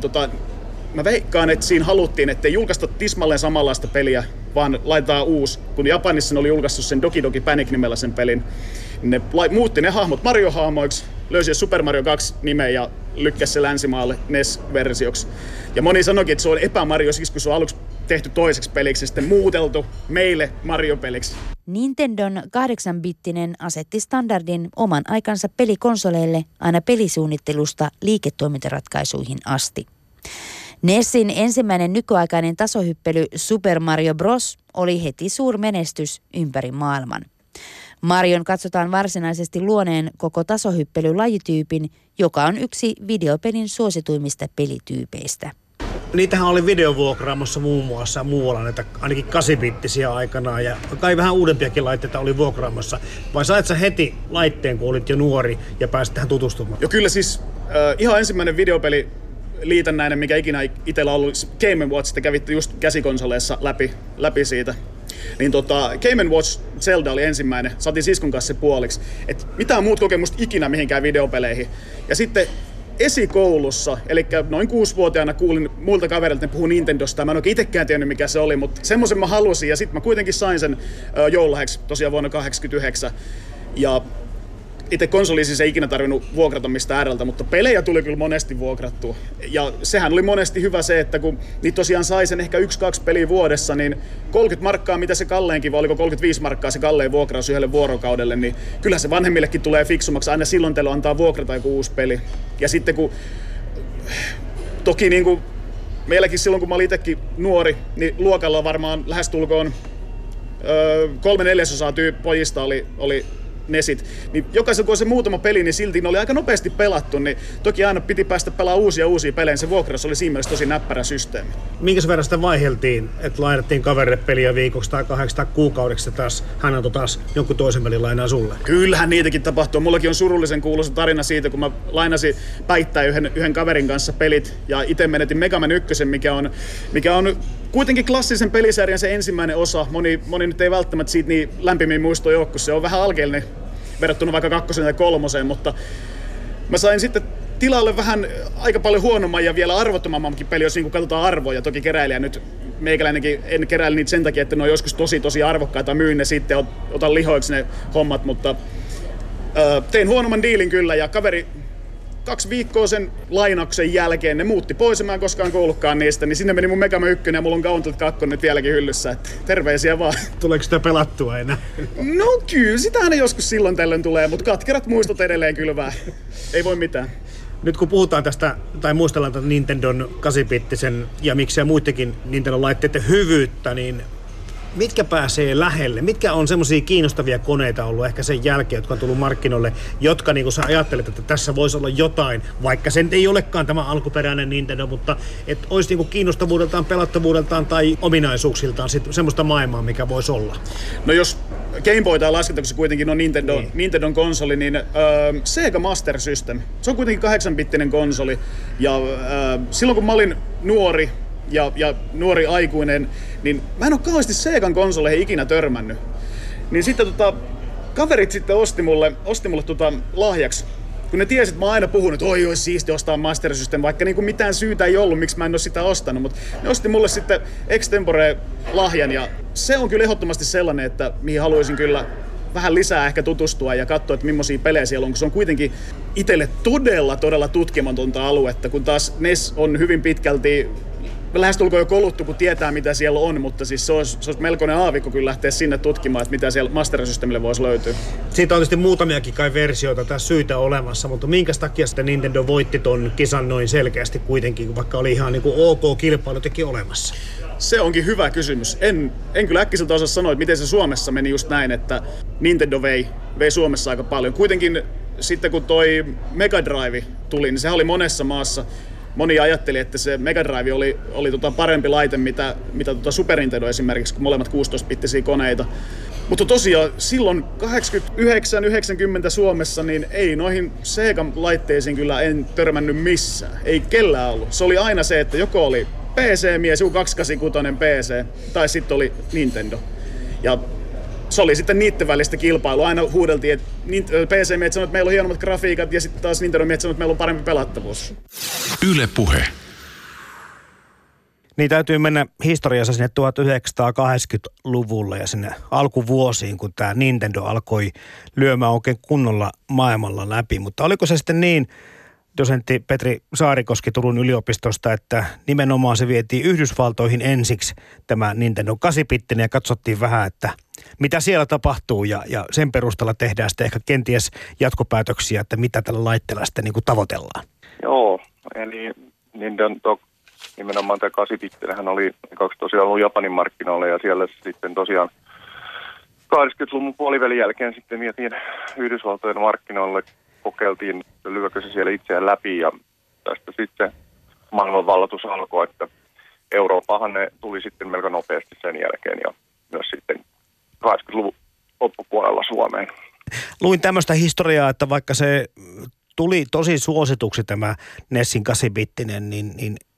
mä veikkaan, että siinä haluttiin, ettei julkaista tismalleen samanlaista peliä, vaan laitetaan uusi. Kun Japanissa ne oli julkaissut sen Doki Doki Panic-nimellä sen pelin, ne muutti ne hahmot Mario-hahmoiksi, löysi Super Mario 2 nimen ja lykkäsi se länsimaalle NES-versioksi. Ja moni sanoikin, että se on epämario siksi, kun se on aluksi tehty toiseksi peliksi ja sitten muuteltu meille Mario-peliksi. Nintendon 8-bittinen asetti standardin oman aikansa pelikonsoleille aina pelisuunnittelusta liiketoimintaratkaisuihin asti. NESin ensimmäinen nykyaikainen tasohyppely Super Mario Bros. Oli heti suurmenestys ympäri maailman. Marion katsotaan varsinaisesti luoneen koko tasohyppelylajityypin, joka on yksi videopelin suosituimmista pelityypeistä. Niitähän oli videovuokraamassa muun muassa muualla, näitä ainakin 8-bittisiä aikanaan ja kai vähän uudempiakin laitteita oli vuokraamassa. Vai sait sä heti laitteen, kun olit jo nuori ja pääsit tähän tutustumaan? Jo kyllä siis ihan ensimmäinen videopeli liitännäinen, mikä ikinä itsellä on ollut Game & Watch, että kävitte just käsikonsoleissa läpi siitä. Niin Game & Watch Zelda oli ensimmäinen, saatiin siskon kanssa se puoliksi. Et mitään muut kokemusta ikinä mihinkään videopeleihin. Ja sitten esikoulussa, eli noin 6-vuotiaana kuulin muilta kavereilta, että ne puhuu Nintendosta. Mä en oikein itsekään tiennyt mikä se oli, mutta semmoisen mä halusin ja sitten mä kuitenkin sain sen joululahjaksi tosiaan vuonna 1989. Ja itse konsoli siis ei ikinä tarvinnut vuokrata mistä ääreltä, mutta pelejä tuli kyllä monesti vuokrattua. Ja sehän oli monesti hyvä se, että kun niitä tosiaan sai sen ehkä 1-2 peliä vuodessa, niin 30 markkaa, mitä se kalleenkin, vai oliko 35 markkaa se kalleen vuokraus yhdelle vuorokaudelle, niin kyllä se vanhemmillekin tulee fiksummaksi. Aina silloin teillä antaa vuokrata joku uusi peli. Ja sitten kun toki niin kuin meilläkin silloin, kun mä olin itsekin nuori, niin luokalla varmaan lähestulkoon 3/4 pojista oli nesit, niin jokaisella kun on se muutama peli, niin silti ne oli aika nopeasti pelattu, niin toki aina piti päästä pelaamaan uusia pelejä, se vuokraus oli siinä mielessä tosi näppärä systeemi. Minkäs verran sitä vaiheltiin, että lainattiin kaverille peliä viikoksi tai 8 kuukaudeksi taas hän antoi taas jonkun toisen pelin lainaa sulle? Kyllähän niitäkin tapahtuu. Mullakin on surullisen kuuluisa tarina siitä, kun mä lainasin päittäin yhden kaverin kanssa pelit ja itse menetin Mega Man 1, mikä on kuitenkin klassisen pelisarjan se ensimmäinen osa. Moni nyt ei välttämättä siitä niin lämpimmin muisto joukko. Se on vähän alkeellinen verrattuna vaikka 2 tai 3, mutta mä sain sitten tilalle vähän aika paljon huonomman ja vielä arvottomammankin peli, jos niin katsotaan arvoja. Toki keräilijä nyt, meikäläinenkin en keräile niitä sen takia, että ne on joskus tosi arvokkaita, myyn ne sitten, otan lihoiksi ne hommat, mutta tein huonomman diilin kyllä ja kaveri 2 viikkoa sen lainauksen jälkeen ne muutti pois ja mä en koskaan kuullutkaan niistä, niin sinne meni mun Mega Man 1 ja mulla on Gauntlet 2 nyt vieläkin hyllyssä, että terveisiä vaan. Tuleeko sitä pelattua enää? No kyllä, sitähän ne joskus silloin tällöin tulee, mutta katkerat muistot edelleen kylvää. Ei voi mitään. Nyt kun puhutaan tästä, tai muistellaan tätä Nintendon 8-bittisen ja miksei muidenkin Nintendo-laitteiden hyvyyttä, niin mitkä pääsee lähelle? Mitkä on semmoisia kiinnostavia koneita ollut ehkä sen jälkeen, jotka on tullut markkinoille, jotka niin kuin sä ajattelet, että tässä voisi olla jotain, vaikka se ei olekaan tämä alkuperäinen Nintendo, mutta että olisi niin kuin kiinnostavuudeltaan, pelattavuudeltaan tai ominaisuuksiltaan semmoista maailmaa, mikä voisi olla? No jos Game Boy tai lasketa, kun se kuitenkin on Nintendon konsoli, niin Sega Master System. Se on kuitenkin 8-bittinen konsoli ja silloin kun mä olin nuori, ja nuori aikuinen, niin mä en ole kauheasti Segan konsoleihin ikinä törmännyt. Niin sitten kaverit sitten osti mulle lahjaksi. Kun ne tiesi, että mä oon aina puhunut, että oi olisi siisti ostaa Master System, vaikka niinku mitään syytä ei ollut, miksi mä en ole sitä ostanut. Mutta ne osti mulle sitten extempore lahjan ja se on kyllä ehdottomasti sellainen, että mihin haluaisin kyllä vähän lisää ehkä tutustua ja katsoa, että millaisia pelejä siellä on, kun se on kuitenkin itselle todella tutkimatonta aluetta, kun taas NES on hyvin pitkälti lähestulkoon jo koluttu, kun tietää, mitä siellä on, mutta siis se olisi melkoinen aavikko kyllä lähteä sinne tutkimaan, että mitä siellä Master Systemille voisi löytyä. Siitä on tietysti muutamiakin kai versioita tai syitä olemassa, mutta minkä takia sitten Nintendo voitti ton kisan noin selkeästi kuitenkin, vaikka oli ihan niin kuin OK-kilpailu teki olemassa? Se onkin hyvä kysymys. En kyllä äkkiseltä osaa sanoa, että miten se Suomessa meni just näin, että Nintendo vei Suomessa aika paljon. Kuitenkin sitten kun toi Mega Drive tuli, niin sehän oli monessa maassa. Moni ajatteli, että se Mega Drive oli parempi laite, mitä Super Nintendo esimerkiksi, kun molemmat 16-bittisiä koneita. Mutta tosiaan silloin 89-90 Suomessa niin ei noihin Sega-laitteisiin kyllä en törmännyt missään. Ei kellään ollut. Se oli aina se, että joko oli PC-mies, joku 286 PC, tai sitten oli Nintendo. Ja se oli sitten niiden välistä kilpailua. Aina huudeltiin, että PC-miehet sanoi, että meillä on hienommat grafiikat, ja sitten taas Nintendo-miehet sanoi, että meillä on parempi pelattavuus. Yle Puhe. Niin täytyy mennä historiassa sinne 1980-luvulle ja sinne alkuvuosiin, kun tämä Nintendo alkoi lyömään oikein kunnolla maailmalla läpi. Mutta oliko se sitten niin, dosentti Petri Saarikoski Turun yliopistosta, että nimenomaan se vietiin Yhdysvaltoihin ensiksi tämä Nintendo 8-bittinen ja katsottiin vähän, että mitä siellä tapahtuu ja sen perusteella tehdään sitten ehkä kenties jatkopäätöksiä, että mitä tällä laitteella sitten niin kuin tavoitellaan. Joo, eli Nintendo nimenomaan tämä 8-bittinenhän oli tosiaan ollut Japanin markkinoilla ja siellä sitten tosiaan 80-luvun puolivälin jälkeen sitten vietiin Yhdysvaltojen markkinoille, kokeiltiin, lyökö se siellä itseään läpi ja tästä sitten maailmanvallatus alkoi, että Euroopahan ne tuli sitten melko nopeasti sen jälkeen ja myös sitten 80-luvun loppupuolella Suomeen. Luin tämmöistä historiaa, että vaikka se tuli tosi suosituksi tämä NESin 8-bittinen, niin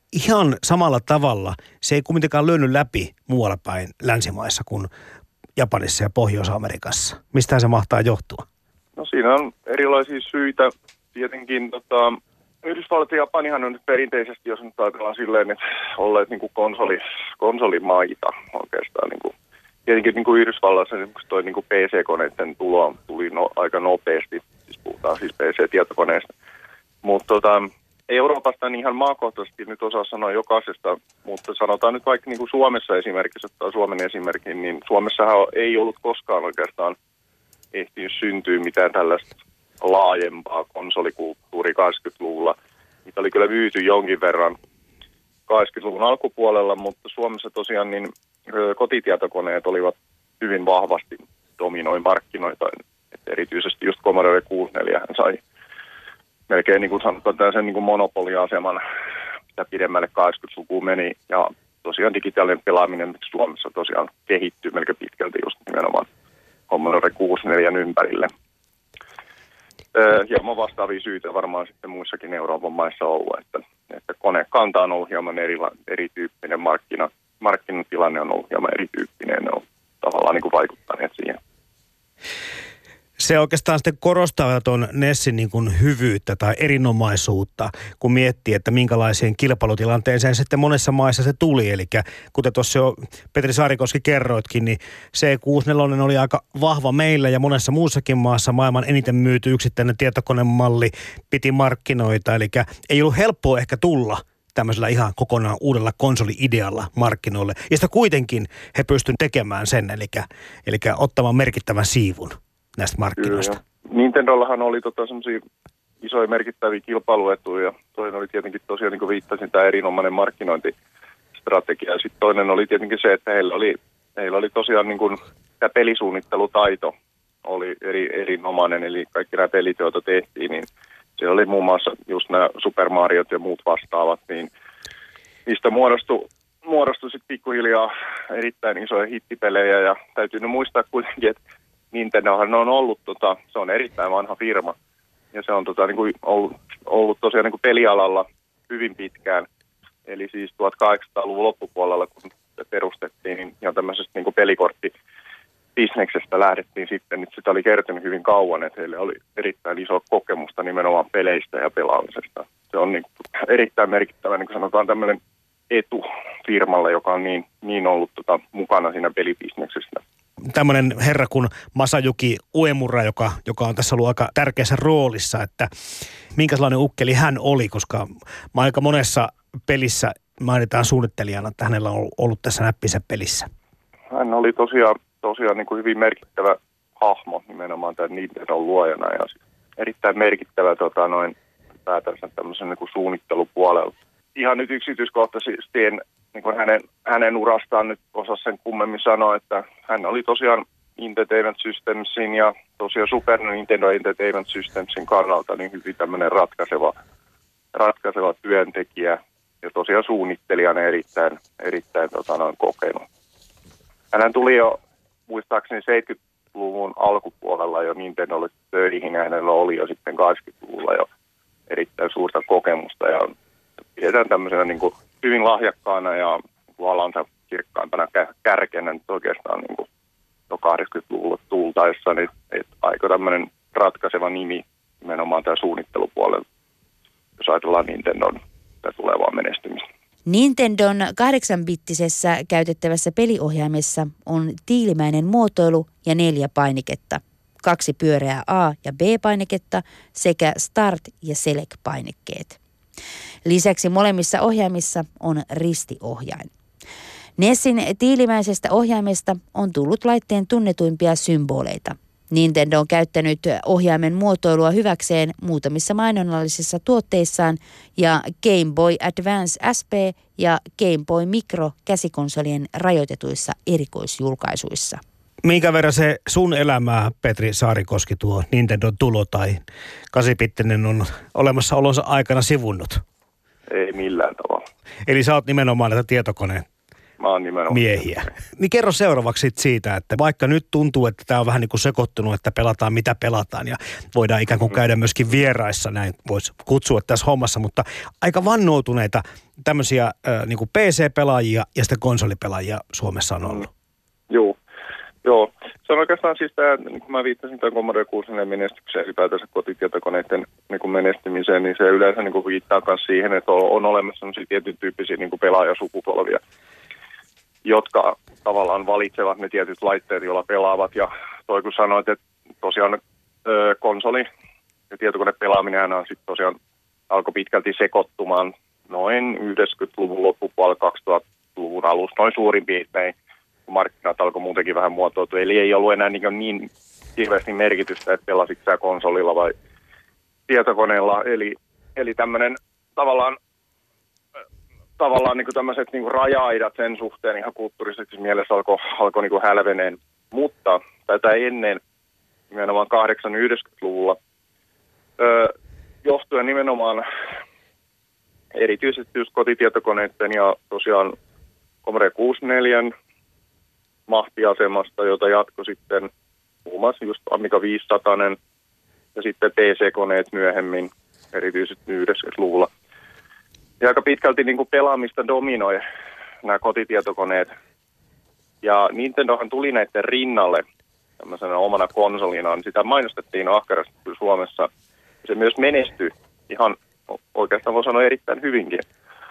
ihan samalla tavalla se ei kuitenkaan lyönyt läpi muualla päin länsimaissa kuin Japanissa ja Pohjois-Amerikassa. Mistähän se mahtaa johtua? No siinä on erilaisia syitä. Tietenkin Yhdysvallat ja Japanihan on nyt perinteisesti, jos nyt ajatellaan silleen, että olleet niin kuin konsolimaita oikeastaan. Niin kuin, tietenkin niin kuin Yhdysvallassa esimerkiksi toi niin kuin PC-koneiden tulo tuli aika nopeasti, siis puhutaan siis PC-tietokoneista. Mutta Euroopasta en ihan maakohtaisesti nyt osaa sanoa jokaisesta, mutta sanotaan nyt vaikka niin kuin Suomessa esimerkiksi, ottaa Suomen esimerkin, niin Suomessahan ei ollut koskaan oikeastaan ehtinyt syntyä mitään tällaista laajempaa konsolikulttuuri 80-luvulla. Niitä oli kyllä myyty jonkin verran 80-luvun alkupuolella, mutta Suomessa tosiaan niin kotitietokoneet olivat hyvin vahvasti dominoi markkinoita. Et erityisesti just Commodore 64 sai melkein niin kuin sanotaan tällaisen niin kuin monopoliaseman, mitä pidemmälle 80-lukuun meni. Ja tosiaan digitaalinen pelaaminen Suomessa tosiaan kehittyy melkein pitkälti just nimenomaan Commodore 64 ympärille. Hieman vastaavia syitä varmaan sitten muissakin Euroopan maissa ollut, että konekanta on ollut hieman erityyppinen, markkinatilanne on ollut hieman erityyppinen, ne on tavallaan niin kuin vaikuttaneet siihen. Se oikeastaan sitten korostaa tuon Nessin niin kuin hyvyyttä tai erinomaisuutta, kun miettii, että minkälaiseen kilpailutilanteeseen sitten monessa maissa se tuli. Eli kuten tuossa jo Petri Saarikoski kerroitkin, niin C64 oli aika vahva meillä ja monessa muussakin maassa maailman eniten myyty yksittäinen tietokonemalli piti markkinoita. Eli ei ollut helppoa ehkä tulla tämmöisellä ihan kokonaan uudella konsoli-idealla markkinoille. Ja sitä kuitenkin he pystyivät tekemään sen, eli ottamaan merkittävän siivun näistä markkinoista. Kyllä. Nintendollahan oli semmoisia isoja merkittäviä kilpailuetuja. Toinen oli tietenkin tosiaan, niin kuin viittasin, tämä erinomainen markkinointistrategia. Ja sitten toinen oli tietenkin se, että heillä oli tosiaan niin kuin, tämä pelisuunnittelutaito oli erinomainen. Eli kaikki nämä pelit, joita tehtiin, niin se oli muun muassa just nämä Super Mariot ja muut vastaavat, niin niistä muodostui sitten pikkuhiljaa erittäin isoja hittipelejä. Ja täytyy nyt muistaa kuitenkin, että Nintendohan on ollut, se on erittäin vanha firma ja se on niin kuin ollut tosiaan niin kuin pelialalla hyvin pitkään. Eli siis 1800-luvun loppupuolella, kun se perustettiin, niin ihan tämmöisestä niin kuin pelikorttibisneksestä lähdettiin sitten, niin sitä oli kertynyt hyvin kauan, että heille oli erittäin iso kokemusta nimenomaan peleistä ja pelaamisesta. Se on niin kuin erittäin merkittävä, niin kuin sanotaan, tämmöinen etu firmalle, joka on niin ollut mukana siinä pelibisneksessä. Tämmöinen herra kuin Masayuki Uemura, joka on tässä ollut aika tärkeässä roolissa, että minkälainen ukkeli hän oli, koska aika monessa pelissä mainitaan suunnittelijana, että hänellä on ollut tässä näppinsä pelissä. Hän oli tosiaan niin kuin hyvin merkittävä hahmo nimenomaan tämän Nintendon luojana ja erittäin merkittävä päätänsä tämmöisen niin kuin suunnittelupuolella. Ihan nyt yksityiskohtaisesti niin kuin hänen urastaan nyt osaa sen kummemmin sanoa, että hän oli tosiaan Entertainment Systemsin ja tosiaan Super Nintendo Entertainment Systemsin kannalta niin hyvin tämmöinen ratkaiseva työntekijä ja tosiaan suunnittelijana erittäin kokenut. Hän tuli jo muistaakseni 70-luvun alkupuolella jo Nintendolle töihin ja hänellä oli jo sitten 80-luvulla jo erittäin suurta kokemusta ja pidetään tämmöisenä niin kuin hyvin lahjakkaana ja alansa kirkkaimpana kärkenä nyt oikeastaan niin kuin jo 80-luvulla tultaessa, niin aika tämmöinen ratkaiseva nimi nimenomaan tämä suunnittelupuolella, jos ajatellaan Nintendon tulevaa menestymistä. Nintendon 8-bittisessä käytettävässä peliohjaimessa on tiilimäinen muotoilu ja 4 painiketta, 2 pyöreää A- ja B-painiketta sekä Start- ja Select-painikkeet. Lisäksi molemmissa ohjaimissa on ristiohjain. Nessin tiilimäisestä ohjaimesta on tullut laitteen tunnetuimpia symboleita. Nintendo on käyttänyt ohjaimen muotoilua hyväkseen muutamissa mainonnallisissa tuotteissaan ja Game Boy Advance SP ja Game Boy Micro käsikonsolien rajoitetuissa erikoisjulkaisuissa. Minkä verran se sun elämää, Petri Saarikoski, tuo Nintendon tulo tai 8-bittinen on olemassaolonsa aikana sivunnut? Ei millään tavalla. Eli sä oot nimenomaan näitä tietokoneen Mä oon nimenomaan miehiä. Niin kerro seuraavaksi siitä, että vaikka nyt tuntuu, että tämä on vähän niin kuin sekoittunut, että pelataan mitä pelataan ja voidaan ikään kuin käydä myöskin vieraissa, näin voisi kutsua tässä hommassa, mutta aika vannoutuneita tämmöisiä niin kuin PC-pelaajia ja sitten konsolipelaajia Suomessa on ollut. Joo. Se on oikeastaan siis tämä, niin kun mä viittasin tämän Commodore 64 menestykseen, ylipäätänsä kotitietokoneiden niin kuin menestymiseen, niin se yleensä niin kuin viittaa myös siihen, että on olemassa sellaisia tietyn tyyppisiä niin kuin pelaajasukupolvia, jotka tavallaan valitsevat ne tietyt laitteet, joilla pelaavat. Ja toi kun sanoit, että tosiaan konsoli ja tietokonepelaaminen on sitten tosiaan alkoi pitkälti sekoittumaan noin 90-luvun loppupuolella 2000-luvun alussa, noin suurin piirtein. Markkinat alkoi muutenkin vähän muotoutua, eli ei ollut enää niin hirveästi merkitystä, että pelasitko sä konsolilla vai tietokoneella, eli tämmöinen tavallaan niin kuin tämmöiset niin kuin raja-aidat sen suhteen ihan kulttuuriseksi mielessä alkoi niin kuin hälveneen, mutta tätä ennen nimenomaan 80-90-luvulla johtuen nimenomaan erityisesti just kotitietokoneiden ja tosiaan Commodore 64 mahtiasemasta, jota jatkoi sitten muun muassa just Amiga 500 ja sitten PC-koneet myöhemmin, erityisesti 90-luvulla. Ja aika pitkälti niin kuin pelaamista dominoi nämä kotitietokoneet. Ja Nintendohan tuli näiden rinnalle tämmöisenä omana konsolina, niin sitä mainostettiin ahkerasti Suomessa. Se myös menestyi ihan oikeastaan voi sanoa erittäin hyvinkin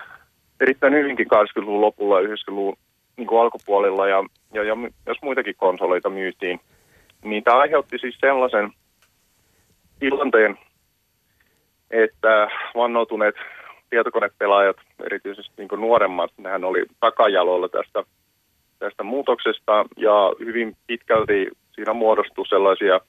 80-luvun lopulla ja 90-luvun niin kuin alkupuolella ja jos muitakin konsoleita myytiin, niin tämä aiheutti siis sellaisen tilanteen, että vannoutuneet tietokonepelaajat, erityisesti niin kuin nuoremmat, nehän oli takajaloilla tästä muutoksesta ja hyvin pitkälti siinä muodostui sellaisia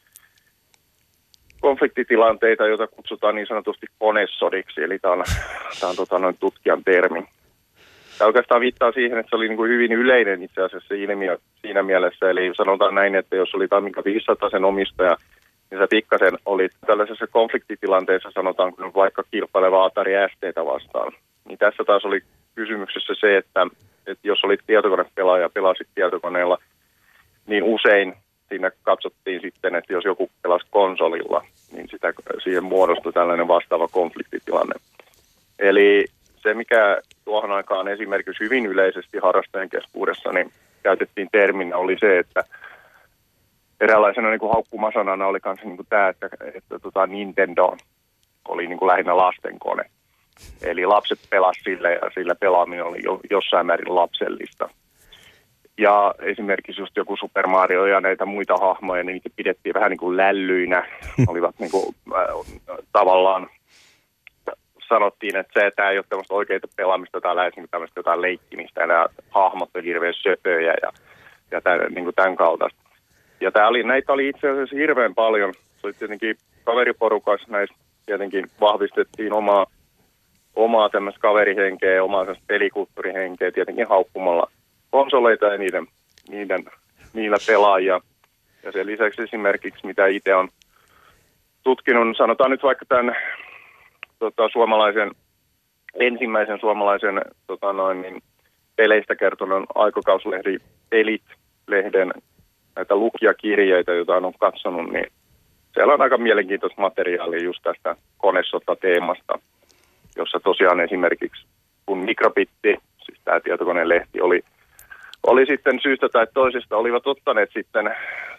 konfliktitilanteita, joita kutsutaan niin sanotusti konesodiksi, eli tämä on tutkijan termi. Tämä oikeastaan viittaa siihen, että se oli niin kuin hyvin yleinen itse asiassa siinä mielessä. Eli sanotaan näin, että jos oli Amiga 500 sen omistaja, niin sä pikkasen olit tällaisessa konfliktitilanteessa, sanotaan vaikka kilpaileva Atari ST:tä vastaan. Niin tässä taas oli kysymyksessä se, että jos olit tietokonepelaaja ja pelasit tietokoneella, niin usein siinä katsottiin sitten, että jos joku pelasi konsolilla, niin siihen muodostui tällainen vastaava konfliktitilanne. Eli se, mikä tuohon aikaan esimerkiksi hyvin yleisesti harrastajien keskuudessa niin käytettiin terminä, oli se, että eräänlaisena niin kuin haukkumasanana oli myös niin kuin tämä, että Nintendo oli niin kuin lähinnä lastenkone. Eli lapset pelasivat sille ja sillä pelaaminen oli jossain määrin lapsellista. Ja esimerkiksi just joku Super Mario ja näitä muita hahmoja, niin niitä pidettiin vähän niin kuin lällyinä. Olivat niin kuin, tavallaan sanottiin, että tämä ei ole tämmöistä oikeita pelaamista tai lähes niin tämmöistä jotain leikkimistä. Ja nämä hahmot on hirveän söpöjä ja niin kuin tämän kaltaista. Ja näitä oli itse asiassa hirveän paljon. Se oli tietenkin kaveriporukassa näistä tietenkin vahvistettiin omaa tämmöistä kaverihenkeä, omaa pelikulttuurihenkeä, tietenkin haukkumalla konsoleita ja niillä pelaajia. Ja sen lisäksi esimerkiksi, mitä itse on tutkinut, sanotaan nyt vaikka tämän ensimmäisen suomalaisen peleistä kertonut aikakauslehdi Pelit-lehden näitä lukijakirjeitä, joita on katsonut, niin siellä on aika mielenkiintoista materiaalia just tästä konesota-teemasta, jossa tosiaan esimerkiksi kun Mikrobitti, siis tämä tietokonelehti, oli sitten syystä tai toisesta, olivat ottaneet sitten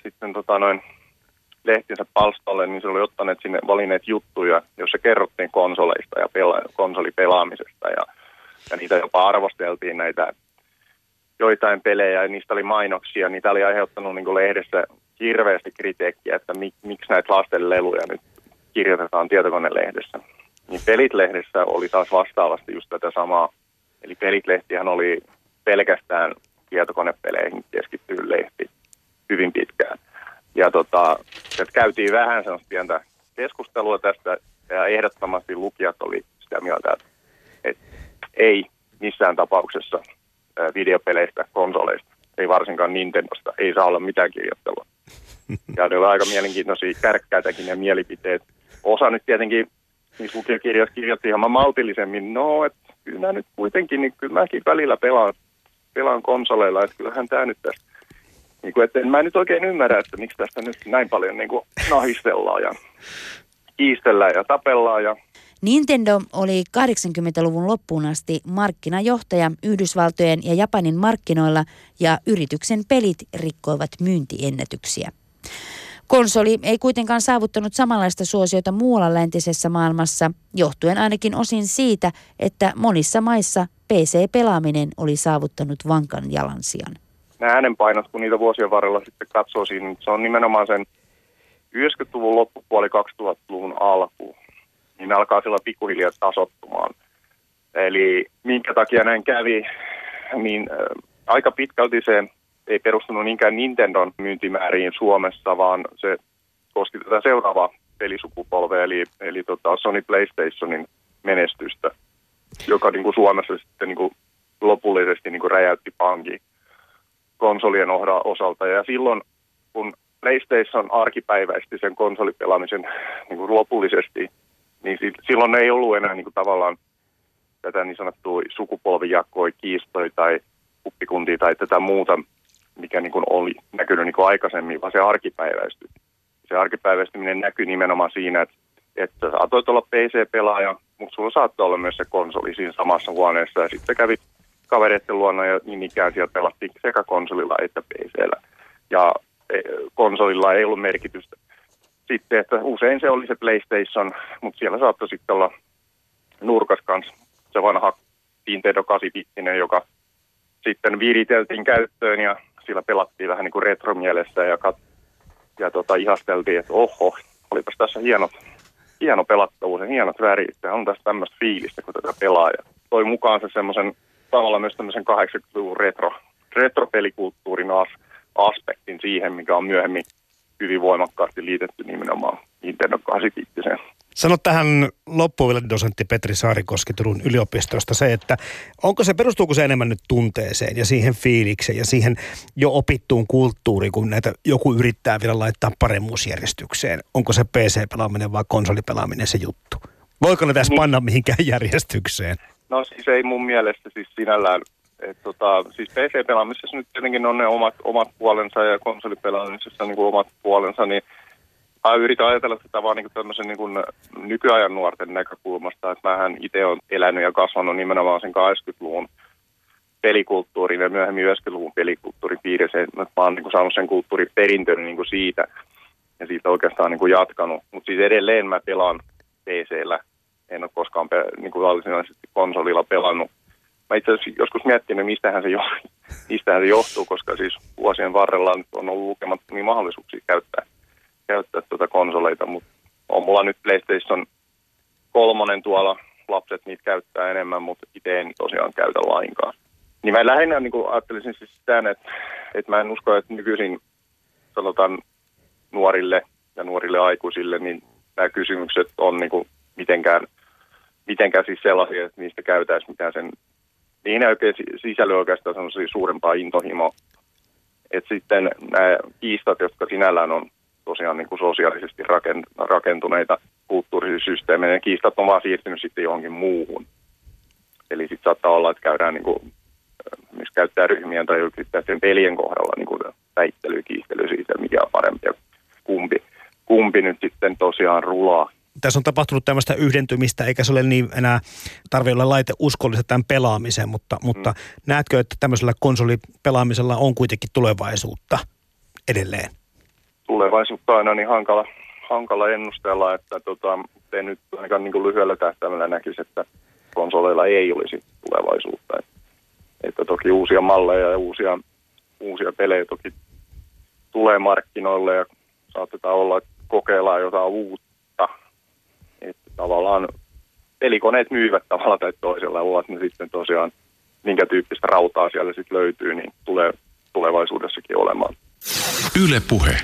lehtinsä palstalle, niin se oli ottaneet sinne valinneet juttuja, jossa kerrottiin konsoleista ja konsolipelaamisesta ja niitä jopa arvosteltiin näitä joitain pelejä ja niistä oli mainoksia. Niitä oli aiheuttanut niin kuin lehdessä hirveästi kritiikkiä, että miksi näitä lastenleluja nyt kirjoitetaan tietokonelehdessä. Niin Pelit-lehdessä oli taas vastaavasti just tätä samaa. Eli Pelit-lehtihän oli pelkästään tietokonepeleihin keskittynyt lehti hyvin pitkään. Ja käytiin vähän sellaista pientä keskustelua tästä ja ehdottomasti lukijat oli sitä mieltä, että ei missään tapauksessa videopeleistä, konsoleista, ei varsinkaan Nintendosta, ei saa olla mitään kirjoittelua. Ja ne oli aika mielenkiintoisia kärkkäitäkin ja mielipiteet. Osa nyt tietenkin niissä lukijakirjoissa kirjoitti ihan maltillisemmin, että kyllä nyt kuitenkin, niin kyllä mäkin välillä pelaan pelaan konsoleilla, että kyllähän tämä nyt tästä, niin kuin, että en mä nyt oikein ymmärrä, että miksi tästä nyt näin paljon niin kuin nahistellaan ja kiistellään ja tapellaan. Ja Nintendo oli 80-luvun loppuun asti markkinajohtaja Yhdysvaltojen ja Japanin markkinoilla ja yrityksen pelit rikkoivat myyntiennätyksiä. Konsoli ei kuitenkaan saavuttanut samanlaista suosiota muualla läntisessä maailmassa, johtuen ainakin osin siitä, että monissa maissa PC-pelaaminen oli saavuttanut vankan jalansijan. Nämä äänenpainot, kun niitä vuosien varrella sitten katsoo siinä, niin se on nimenomaan sen 90-luvun loppupuoli 2000-luvun alku. Niin ne alkaa sillä pikkuhiljaa tasottumaan. Eli minkä takia näin kävi, niin aika pitkälti se ei perustunut niinkään Nintendon myyntimääriin Suomessa, vaan se koski tätä seuraavaa pelisukupolvea, eli Sony PlayStationin menestystä, joka niin kuin Suomessa sitten niin kuin lopullisesti niin kuin räjäytti pankin konsolien osalta. Ja silloin, kun PlayStation arkipäiväisti sen konsolipelaamisen niin kuin lopullisesti, niin silloin ei ollut enää niin kuin tavallaan tätä niin sanottua sukupolvijakkoja, kiistoja tai kuppikuntia tai tätä muuta, mikä niin kuin oli näkynyt niin kuin aikaisemmin, vaan se arkipäiväistyi. Se arkipäiväistyminen näkyi nimenomaan siinä, että saatoit olla PC-pelaaja, mutta sulla saattoi olla myös se konsoli siinä samassa huoneessa. Ja sitten kävi kavereiden luona ja niin ikään siellä pelattiin sekä konsolilla että PC:llä. Ja konsolilla ei ollut merkitystä. Sitten, että usein se oli se PlayStation, mutta siellä saattoi sitten olla nurkas kanssa se vanha Nintendo 8-bittinen, joka sitten viriteltiin käyttöön ja sillä pelattiin vähän niin kuin retromielessä ja ihasteltiin, että oho, olipas tässä hieno pelattavuus ja hienot värit ja on tässä tämmöistä fiilistä, kun tätä pelaa. Ja toi mukaansa semmoisen tavallaan myös tämmöisen 80-luvun retropelikulttuurin aspektin siihen, mikä on myöhemmin hyvin voimakkaasti liitetty nimenomaan Nintendo 8-bittiseen. Sano tähän loppuun vielä dosentti Petri Saarikoski Turun yliopistosta se, että perustuuko se enemmän nyt tunteeseen ja siihen fiilikseen ja siihen jo opittuun kulttuuriin, kun näitä joku yrittää vielä laittaa paremmuusjärjestykseen? Onko se PC-pelaaminen vai konsolipelaaminen se juttu? Voiko ne tässä panna mihinkään järjestykseen? No siis ei mun mielestä siis sinällään. Siis PC-pelaamisessa nyt tietenkin on ne omat puolensa ja konsolipelaamisessa niin kuin omat puolensa, niin yritän ajatella tätä vaan niin tämmöisen niin nykyajan nuorten näkökulmasta, että mähän itse olen elänyt ja kasvanut nimenomaan sen 80-luvun pelikulttuurin ja myöhemmin 90-luvun pelikulttuurin piirissä. Mä oon niin saanut sen kulttuuriperintön niin siitä ja siitä oikeastaan niin jatkanut. Mutta siis edelleen mä pelaan PC:llä. En ole koskaan niin varsinaisesti konsolilla pelannut. Mä itse asiassa joskus miettinyt, mistähän se johtuu, koska siis vuosien varrella nyt on ollut lukemattomia mahdollisuuksia käyttää konsoleita, mutta on mulla nyt PlayStation 3 tuolla, lapset niitä käyttää enemmän, mutta itse en tosiaan käytä lainkaan. Niin mä lähinnä niin ajattelisin siis sitä, että mä en usko, että nykyisin sanotaan nuorille ja nuorille aikuisille, niin nämä kysymykset on niin kuin mitenkään siis sellaisia, että niistä käytäisiin mitään sen, niin ei oikein sisällä oikeastaan sellaisia suurempaa intohimoa. Että sitten nämä kiistat, jotka sinällään on tosiaan niin kuin sosiaalisesti rakentuneita kulttuurisia systeemejä, ne kiistat on vaan siirtynyt sitten johonkin muuhun. Eli sitten saattaa olla, että käydään niin kuin, missä käyttää ryhmien tai yksittäisten pelien kohdalla niin kuin väittely, kiistely siitä, mikä on parempi ja kumpi nyt sitten tosiaan rulaa. Tässä on tapahtunut tämmöistä yhdentymistä, eikä se ole niin enää tarvitse olla laiteuskollista tämän pelaamiseen, mutta näetkö, että tämmöisellä konsolipelaamisella on kuitenkin tulevaisuutta edelleen? Tulevaisuutta on aina niin hankala ennustella, että te nyt ainakaan niin kuin lyhyellä tähtäimellä näkisi, että konsoleilla ei olisi tulevaisuutta. Että toki uusia malleja ja uusia pelejä toki tulee markkinoille ja saatetaan olla, että kokeillaan jotain uutta. Että tavallaan pelikoneet myyvät tavalla tai toisella, ovat ne sitten tosiaan minkä tyyppistä rautaa siellä sitten löytyy, niin tulee tulevaisuudessakin olemaan. Yle Puhe.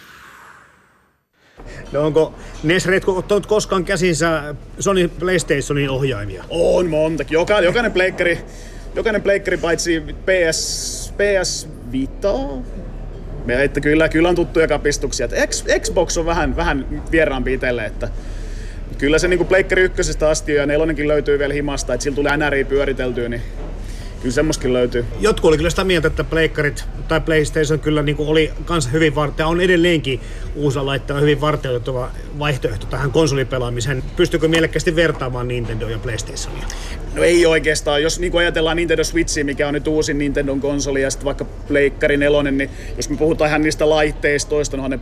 No onko Nesretko ottanut koskaan käsinsä Sony PlayStationin ohjaimia? On montakin. Jokainen pleikkari paitsi PS Vita. Että kyllä on tuttuja kapistuksia. Xbox on vähän vieraampi itselle, että kyllä se niinku pleikkari ykkösestä asti ja 4 löytyy vielä himasta, että sillä tulee NRI pyöriteltyä, niin kyllä semmoiskin löytyy. Jotkut oli kyllä sitä mieltä, että pleikkarit tai PlayStation kyllä niin kuin oli kanssa hyvin on edelleenkin uusilla laitteilla hyvin varteutettava vaihtoehto tähän konsolipelaamiseen. Pystyykö mielekkäästi vertaamaan Nintendo ja PlayStationia? No ei oikeastaan. Jos niin ajatellaan Nintendo Switchia, mikä on nyt uusin Nintendon konsoli, ja sitten vaikka Pleikkari 4, niin jos me puhutaan ihan niistä laitteistoista, onhan ne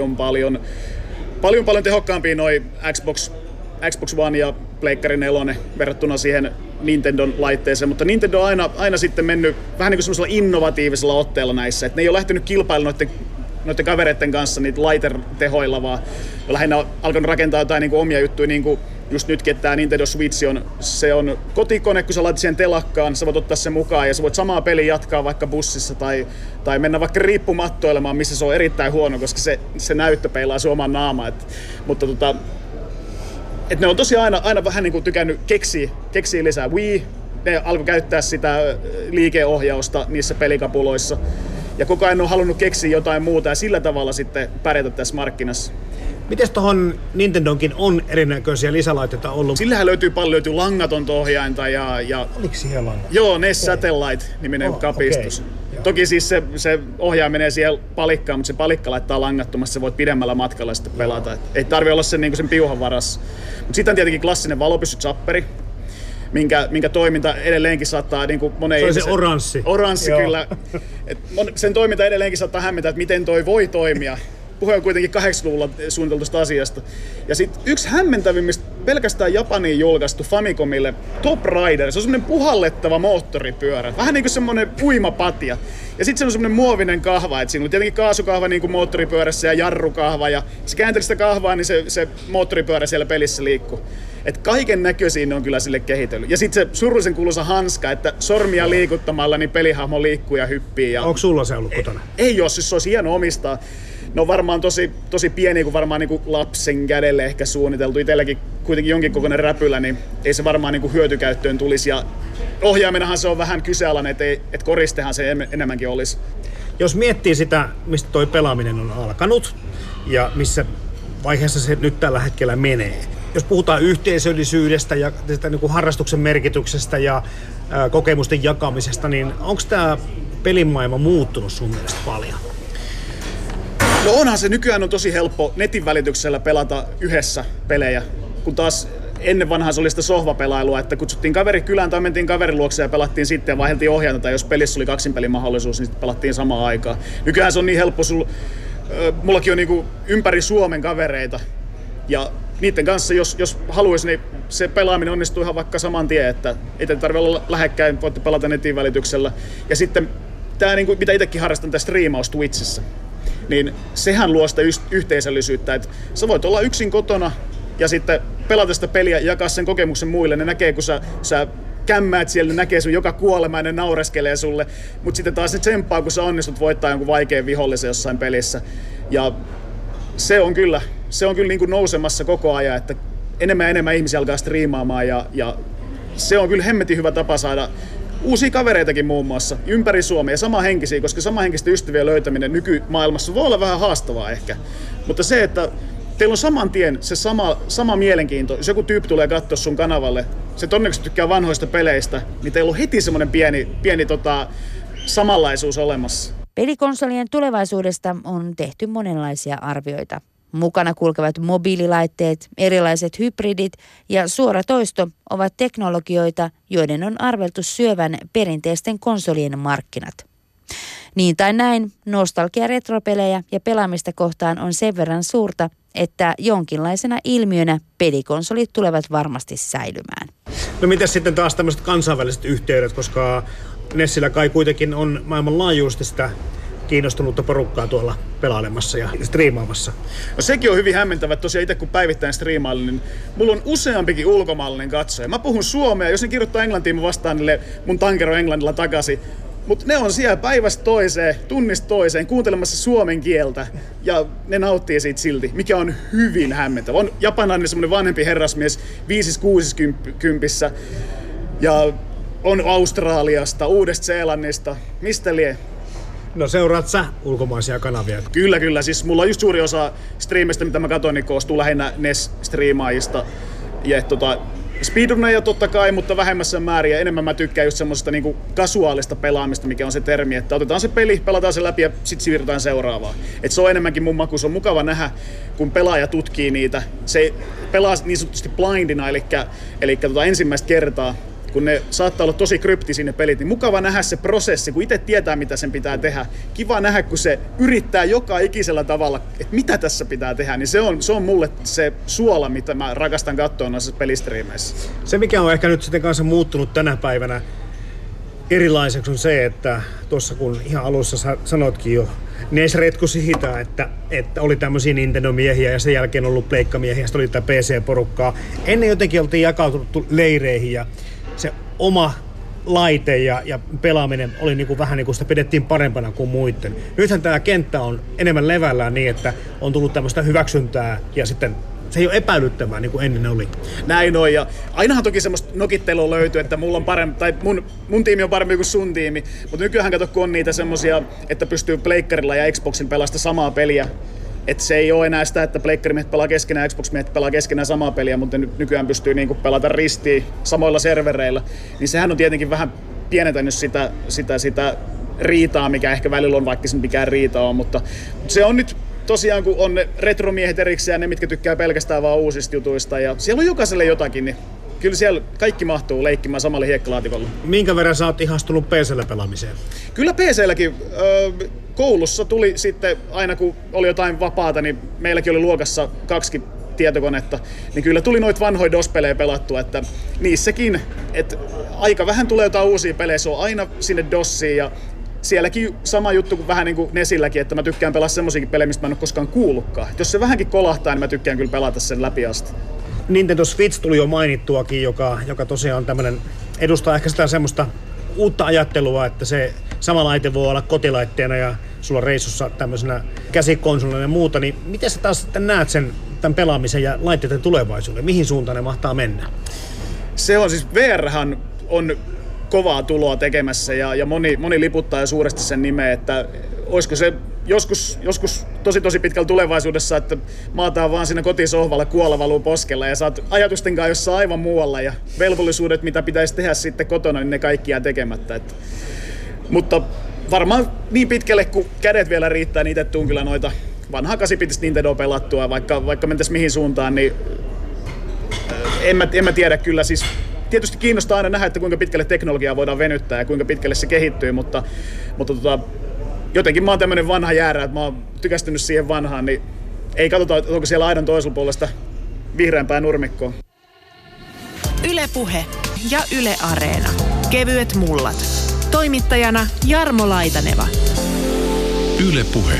paljon tehokkaampi noi Xbox One ja Pleikkari 4 verrattuna siihen Nintendon laitteeseen, mutta Nintendo on aina sitten mennyt vähän niin kuin semmoisella innovatiivisella otteella näissä, että ne ei ole lähtenyt kilpailemaan noiden kavereiden kanssa niitä laitetehoilla, vaan lähinnä alkanut rakentaa jotain niin kuin omia juttuja, niin kuin just nytkin, että tämä Nintendo Switch on kotikone, kun sä laitat siihen telakkaan, sä voit ottaa sen mukaan ja sä voit samaa peliä jatkaa vaikka bussissa tai mennä vaikka riippumattoilemaan, missä se on erittäin huono, koska se näyttö peilaa sun oman naamaan. Mutta et ne on tosiaan aina vähän niin kuin tykännyt keksiä lisää. Wii, ne alkoi käyttää sitä liikeohjausta niissä pelikapuloissa. Ja koko ajan on halunnut keksiä jotain muuta ja sillä tavalla sitten pärjätä tässä markkinassa. Miten tuohon Nintendonkin on erinäköisiä lisälaitteita ollut? Sillähän löytyy langatonta ohjainta ja oliko siellä langat? Joo, NES Satellite-niminen kapistus. Okay. Toki siis se ohjaa menee siihen palikkaan, mutta se palikka laittaa langattomasti, sä voit pidemmällä matkalla sitten pelata. Et ei tarvitse olla sen piuhan varassa. Mutta sitten on tietenkin klassinen valopyssyzapperi, minkä toiminta edelleenkin saattaa moneen ihmisen... Se oranssi. Oranssi kyllä. Sen toiminta edelleenkin saattaa hämmentää, että miten toi voi toimia. Puhe on kuitenkin 80-luvulla suunniteltusta asiasta. Ja sitten yksi hämmentävimmistä pelkästään Japaniin julkaistu Famicomille Top Rider. Se on semmoinen puhallettava moottoripyörä. Vähän niin kuin semmoinen uimapatja. Ja sitten se on semmoinen muovinen kahva. Et siinä on tietenkin kaasukahva niin kuin moottoripyörässä ja jarrukahva. Ja se käänteli sitä kahvaa, niin se moottoripyörä siellä pelissä liikkuu. Et kaiken näköisiin on kyllä sille kehitellyt. Ja sitten se surullisen kuuluisa hanska, että sormia liikuttamalla niin pelihahmo liikkuu ja hyppii. Ja... Onko sulla se ollut kotona? Ei ole, siis se olisi hieno omistaa. Ne on varmaan tosi pieni, kun varmaan niin kuin lapsen kädelle ehkä suunniteltu. Itselläkin kuitenkin jonkin kokoinen räpylä, niin ei se varmaan niin kuin hyötykäyttöön tulisi. Ja ohjaimenahan se on vähän kyseenalainen, että koristehan se enemmänkin olisi. Jos miettii sitä, mistä toi pelaaminen on alkanut ja missä vaiheessa se nyt tällä hetkellä menee. Jos puhutaan yhteisöllisyydestä ja sitä niin kuin harrastuksen merkityksestä ja kokemusten jakamisesta, niin onko tämä pelimaailma muuttunut sun mielestä paljon? No onhan se, nykyään on tosi helppo netin välityksellä pelata yhdessä pelejä, kun taas ennen vanhaa se oli sitä sohvapelailua, että kutsuttiin kaveri kylään tai mentiin kaverin luokse ja pelattiin sitten ja vaihdeltiin ohjainta, tai jos pelissä oli kaksinpelin mahdollisuus, niin sitten pelattiin samaan aikaan. Nykyään se on niin helppo, mullakin on niinku ympäri Suomen kavereita ja niiden kanssa, jos haluaisi, niin se pelaaminen onnistuu ihan vaikka saman tien, että ei tarvitse olla lähekkäin, voitte pelata netin välityksellä. Ja sitten tämä, niinku, mitä itsekin harrastan, tämä striimaus Twitchissä, niin sehän luo sitä yhteisöllisyyttä, että sä voit olla yksin kotona ja sitten pelata sitä peliä ja jakaa sen kokemuksen muille. Ne näkee, kun sä kämmäät siellä, ne näkee sun joka kuolema ja ne naureskelee sulle. Mutta sitten taas ne tsemppaa, kun sä onnistut voittaa jonkun vaikean vihollisen jossain pelissä. Ja se on kyllä niin kuin nousemassa koko ajan, että enemmän ja enemmän ihmisiä alkaa striimaamaan ja se on kyllä hemmetin hyvä tapa saada uusia kavereitakin muun muassa ympäri Suomea ja samanhenkisiä, koska samanhenkisten ystävien löytäminen nykymaailmassa voi olla vähän haastavaa ehkä. Mutta se, että teillä on saman tien se sama mielenkiinto, jos joku tyyppi tulee katsoa sun kanavalle, se todennäköisesti tykkää vanhoista peleistä, niin teillä on heti semmoinen pieni samanlaisuus olemassa. Pelikonsolien tulevaisuudesta on tehty monenlaisia arvioita. Mukana kulkevat mobiililaitteet, erilaiset hybridit ja suoratoisto ovat teknologioita, joiden on arveltu syövän perinteisten konsolien markkinat. Niin tai näin, nostalgia retropelejä ja pelaamista kohtaan on sen verran suurta, että jonkinlaisena ilmiönä pelikonsolit tulevat varmasti säilymään. No mitäs sitten taas tämmöiset kansainväliset yhteydet, koska Nessillä kai kuitenkin on maailmanlaajuisesti sitä kiinnostunutta porukkaa tuolla pelailemassa ja striimaamassa. No sekin on hyvin hämmentävä, että tosiaan itse kun päivittäin striimailin, niin mulla on useampikin ulkomaalainen katsoja. Mä puhun suomea, jos ne kirjoittaa englantiin, mä vastaan niille mun tankero englannilla takaisin. Mutta ne on siellä päivästä toiseen, tunnista toiseen, kuuntelemassa suomen kieltä ja ne nauttii siitä silti, mikä on hyvin hämmentävä. On japanilainen semmoinen vanhempi herrasmies, 5-60 ja on Australiasta, Uudesta-Seelannista, mistä lie? No seuraat sä ulkomaisia kanavia? Kyllä. Siis mulla on just suuri osa striimistä, mitä mä katson, niin koostuu lähinnä NES-striimaajista. Ja speedrunneja totta kai, mutta vähemmässä määrin ja enemmän mä tykkään just semmoisesta niinku kasuaalista pelaamista, mikä on se termi, että otetaan se peli, pelataan se läpi ja sitten siirrytään seuraavaan. Et se on enemmänkin mun maku, se on mukava nähdä, kun pelaaja tutkii niitä. Se pelaa niin sanotusti blindina, eli ensimmäistä kertaa, kun ne saattaa olla tosi kryptisiä ne pelit, niin mukava nähdä se prosessi, kun itse tietää, mitä sen pitää tehdä. Kiva nähdä, kun se yrittää joka ikisellä tavalla, että mitä tässä pitää tehdä, niin se on mulle se suola, mitä mä rakastan katsoa noissa pelistriimeissä. Se, mikä on ehkä nyt sitten kanssa muuttunut tänä päivänä erilaiseksi, on se, että tuossa kun ihan alussa sanoitkin jo, NES-retku siitä, että oli tämmöisiä Nintendo-miehiä ja sen jälkeen ollut pleikkamiehiä ja sitten oli tätä PC-porukkaa. Ennen jotenkin oltiin jakautunut leireihin ja se oma laite ja pelaaminen oli niin kuin vähän niin kuin sitä pidettiin parempana kuin muiden. Nythän tämä kenttä on enemmän levällään niin, että on tullut tämmöistä hyväksyntää ja sitten se ei ole epäilyttävää niin kuin ennen oli. Näin on, ja ainahan toki semmoista nokittelua löytyy, että mulla on parempi, tai mun tiimi on parempi kuin sun tiimi, mutta nykyään kato, kun on niitä semmosia, että pystyy pleikkarilla ja Xboxin pelasta samaa peliä. Että se ei ole enää sitä, että pleikkarimiehet pelaa keskenään ja Xbox-miehet pelaa keskenään samaa peliä, mutta nykyään pystyy niinku pelata ristiin samoilla servereillä. Niin sehän on tietenkin vähän pienentänyt sitä riitaa, mikä ehkä välillä on, vaikka se mikään riita on. Mutta se on nyt tosiaan, kun on ne retromiehet erikseen, ne mitkä tykkää pelkästään vaan uusista jutuista. Ja siellä on jokaiselle jotakin, niin kyllä siellä kaikki mahtuu leikkimään samalle hiekkalaatikolle. Minkä verran sä oot ihastunut PC:llä pelaamiseen? Kyllä PC:lläkin. Koulussa tuli sitten, aina kun oli jotain vapaata, niin meilläkin oli luokassa 2 tietokonetta, niin kyllä tuli noita vanhoja DOS-pelejä pelattua, että niissäkin, että aika vähän tulee jotain uusia pelejä, se on aina sinne DOSiin ja sielläkin sama juttu kuin vähän niin kuin Nesilläkin, että mä tykkään pelaa semmoisiakin pelejä, mistä mä en ole koskaan kuullutkaan. Jos se vähänkin kolahtaa, niin mä tykkään kyllä pelata sen läpi asti. Nintendo Switch tuli jo mainittuakin, joka tosiaan on tämmönen, edustaa ehkä sitä semmoista uutta ajattelua, että se sama laite voi olla kotilaitteena ja sulla reissussa tämmöisenä käsikonsolina ja muuta, niin miten sä taas sitten näet tämän pelaamisen ja laitteiden tulevaisuuden? Mihin suuntaan ne mahtaa mennä? Se on siis, VR:hän on kovaa tuloa tekemässä ja moni liputtaa jo suuresti sen nimeä, että olisiko se joskus tosi pitkällä tulevaisuudessa, että maataan vaan siinä kotisohvalla kuolla valuu poskella ja saat ajatusten kanssa jossain aivan muualla ja velvollisuudet, mitä pitäisi tehdä sitten kotona, niin ne kaikki jää tekemättä. Mutta varmaan niin pitkälle, kun kädet vielä riittää, niin itse tuun kyllä noita vanhaa 8-bitistä Nintendoa pelattua, vaikka mentäisiin mihin suuntaan, niin en mä tiedä kyllä. Siis tietysti kiinnostaa aina nähdä, että kuinka pitkälle teknologiaa voidaan venyttää ja kuinka pitkälle se kehittyy, mutta jotenkin mä oon tämmönen vanha jäärä, että mä oon tykästynyt siihen vanhaan, niin ei katsota, onko siellä aidan toisella puolesta vihreämpää nurmikkoa. Yle Puhe ja Yle Areena. Kevyet mullat. Toimittajana Jarmo Laitaneva. Yle Puhe.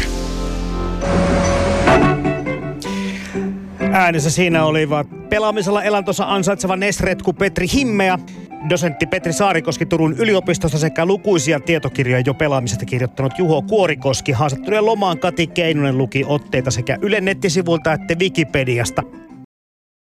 Äänessä siinä olivat pelaamisella elantonsa ansaitseva NES-retku Petri Himmeä, dosentti Petri Saarikoski Turun yliopistosta sekä lukuisia tietokirjoja jo pelaamisesta kirjoittanut Juho Kuorikoski. Haastattelujen lomaan Kati Keinonen luki otteita sekä Ylen nettisivuilta että Wikipediasta.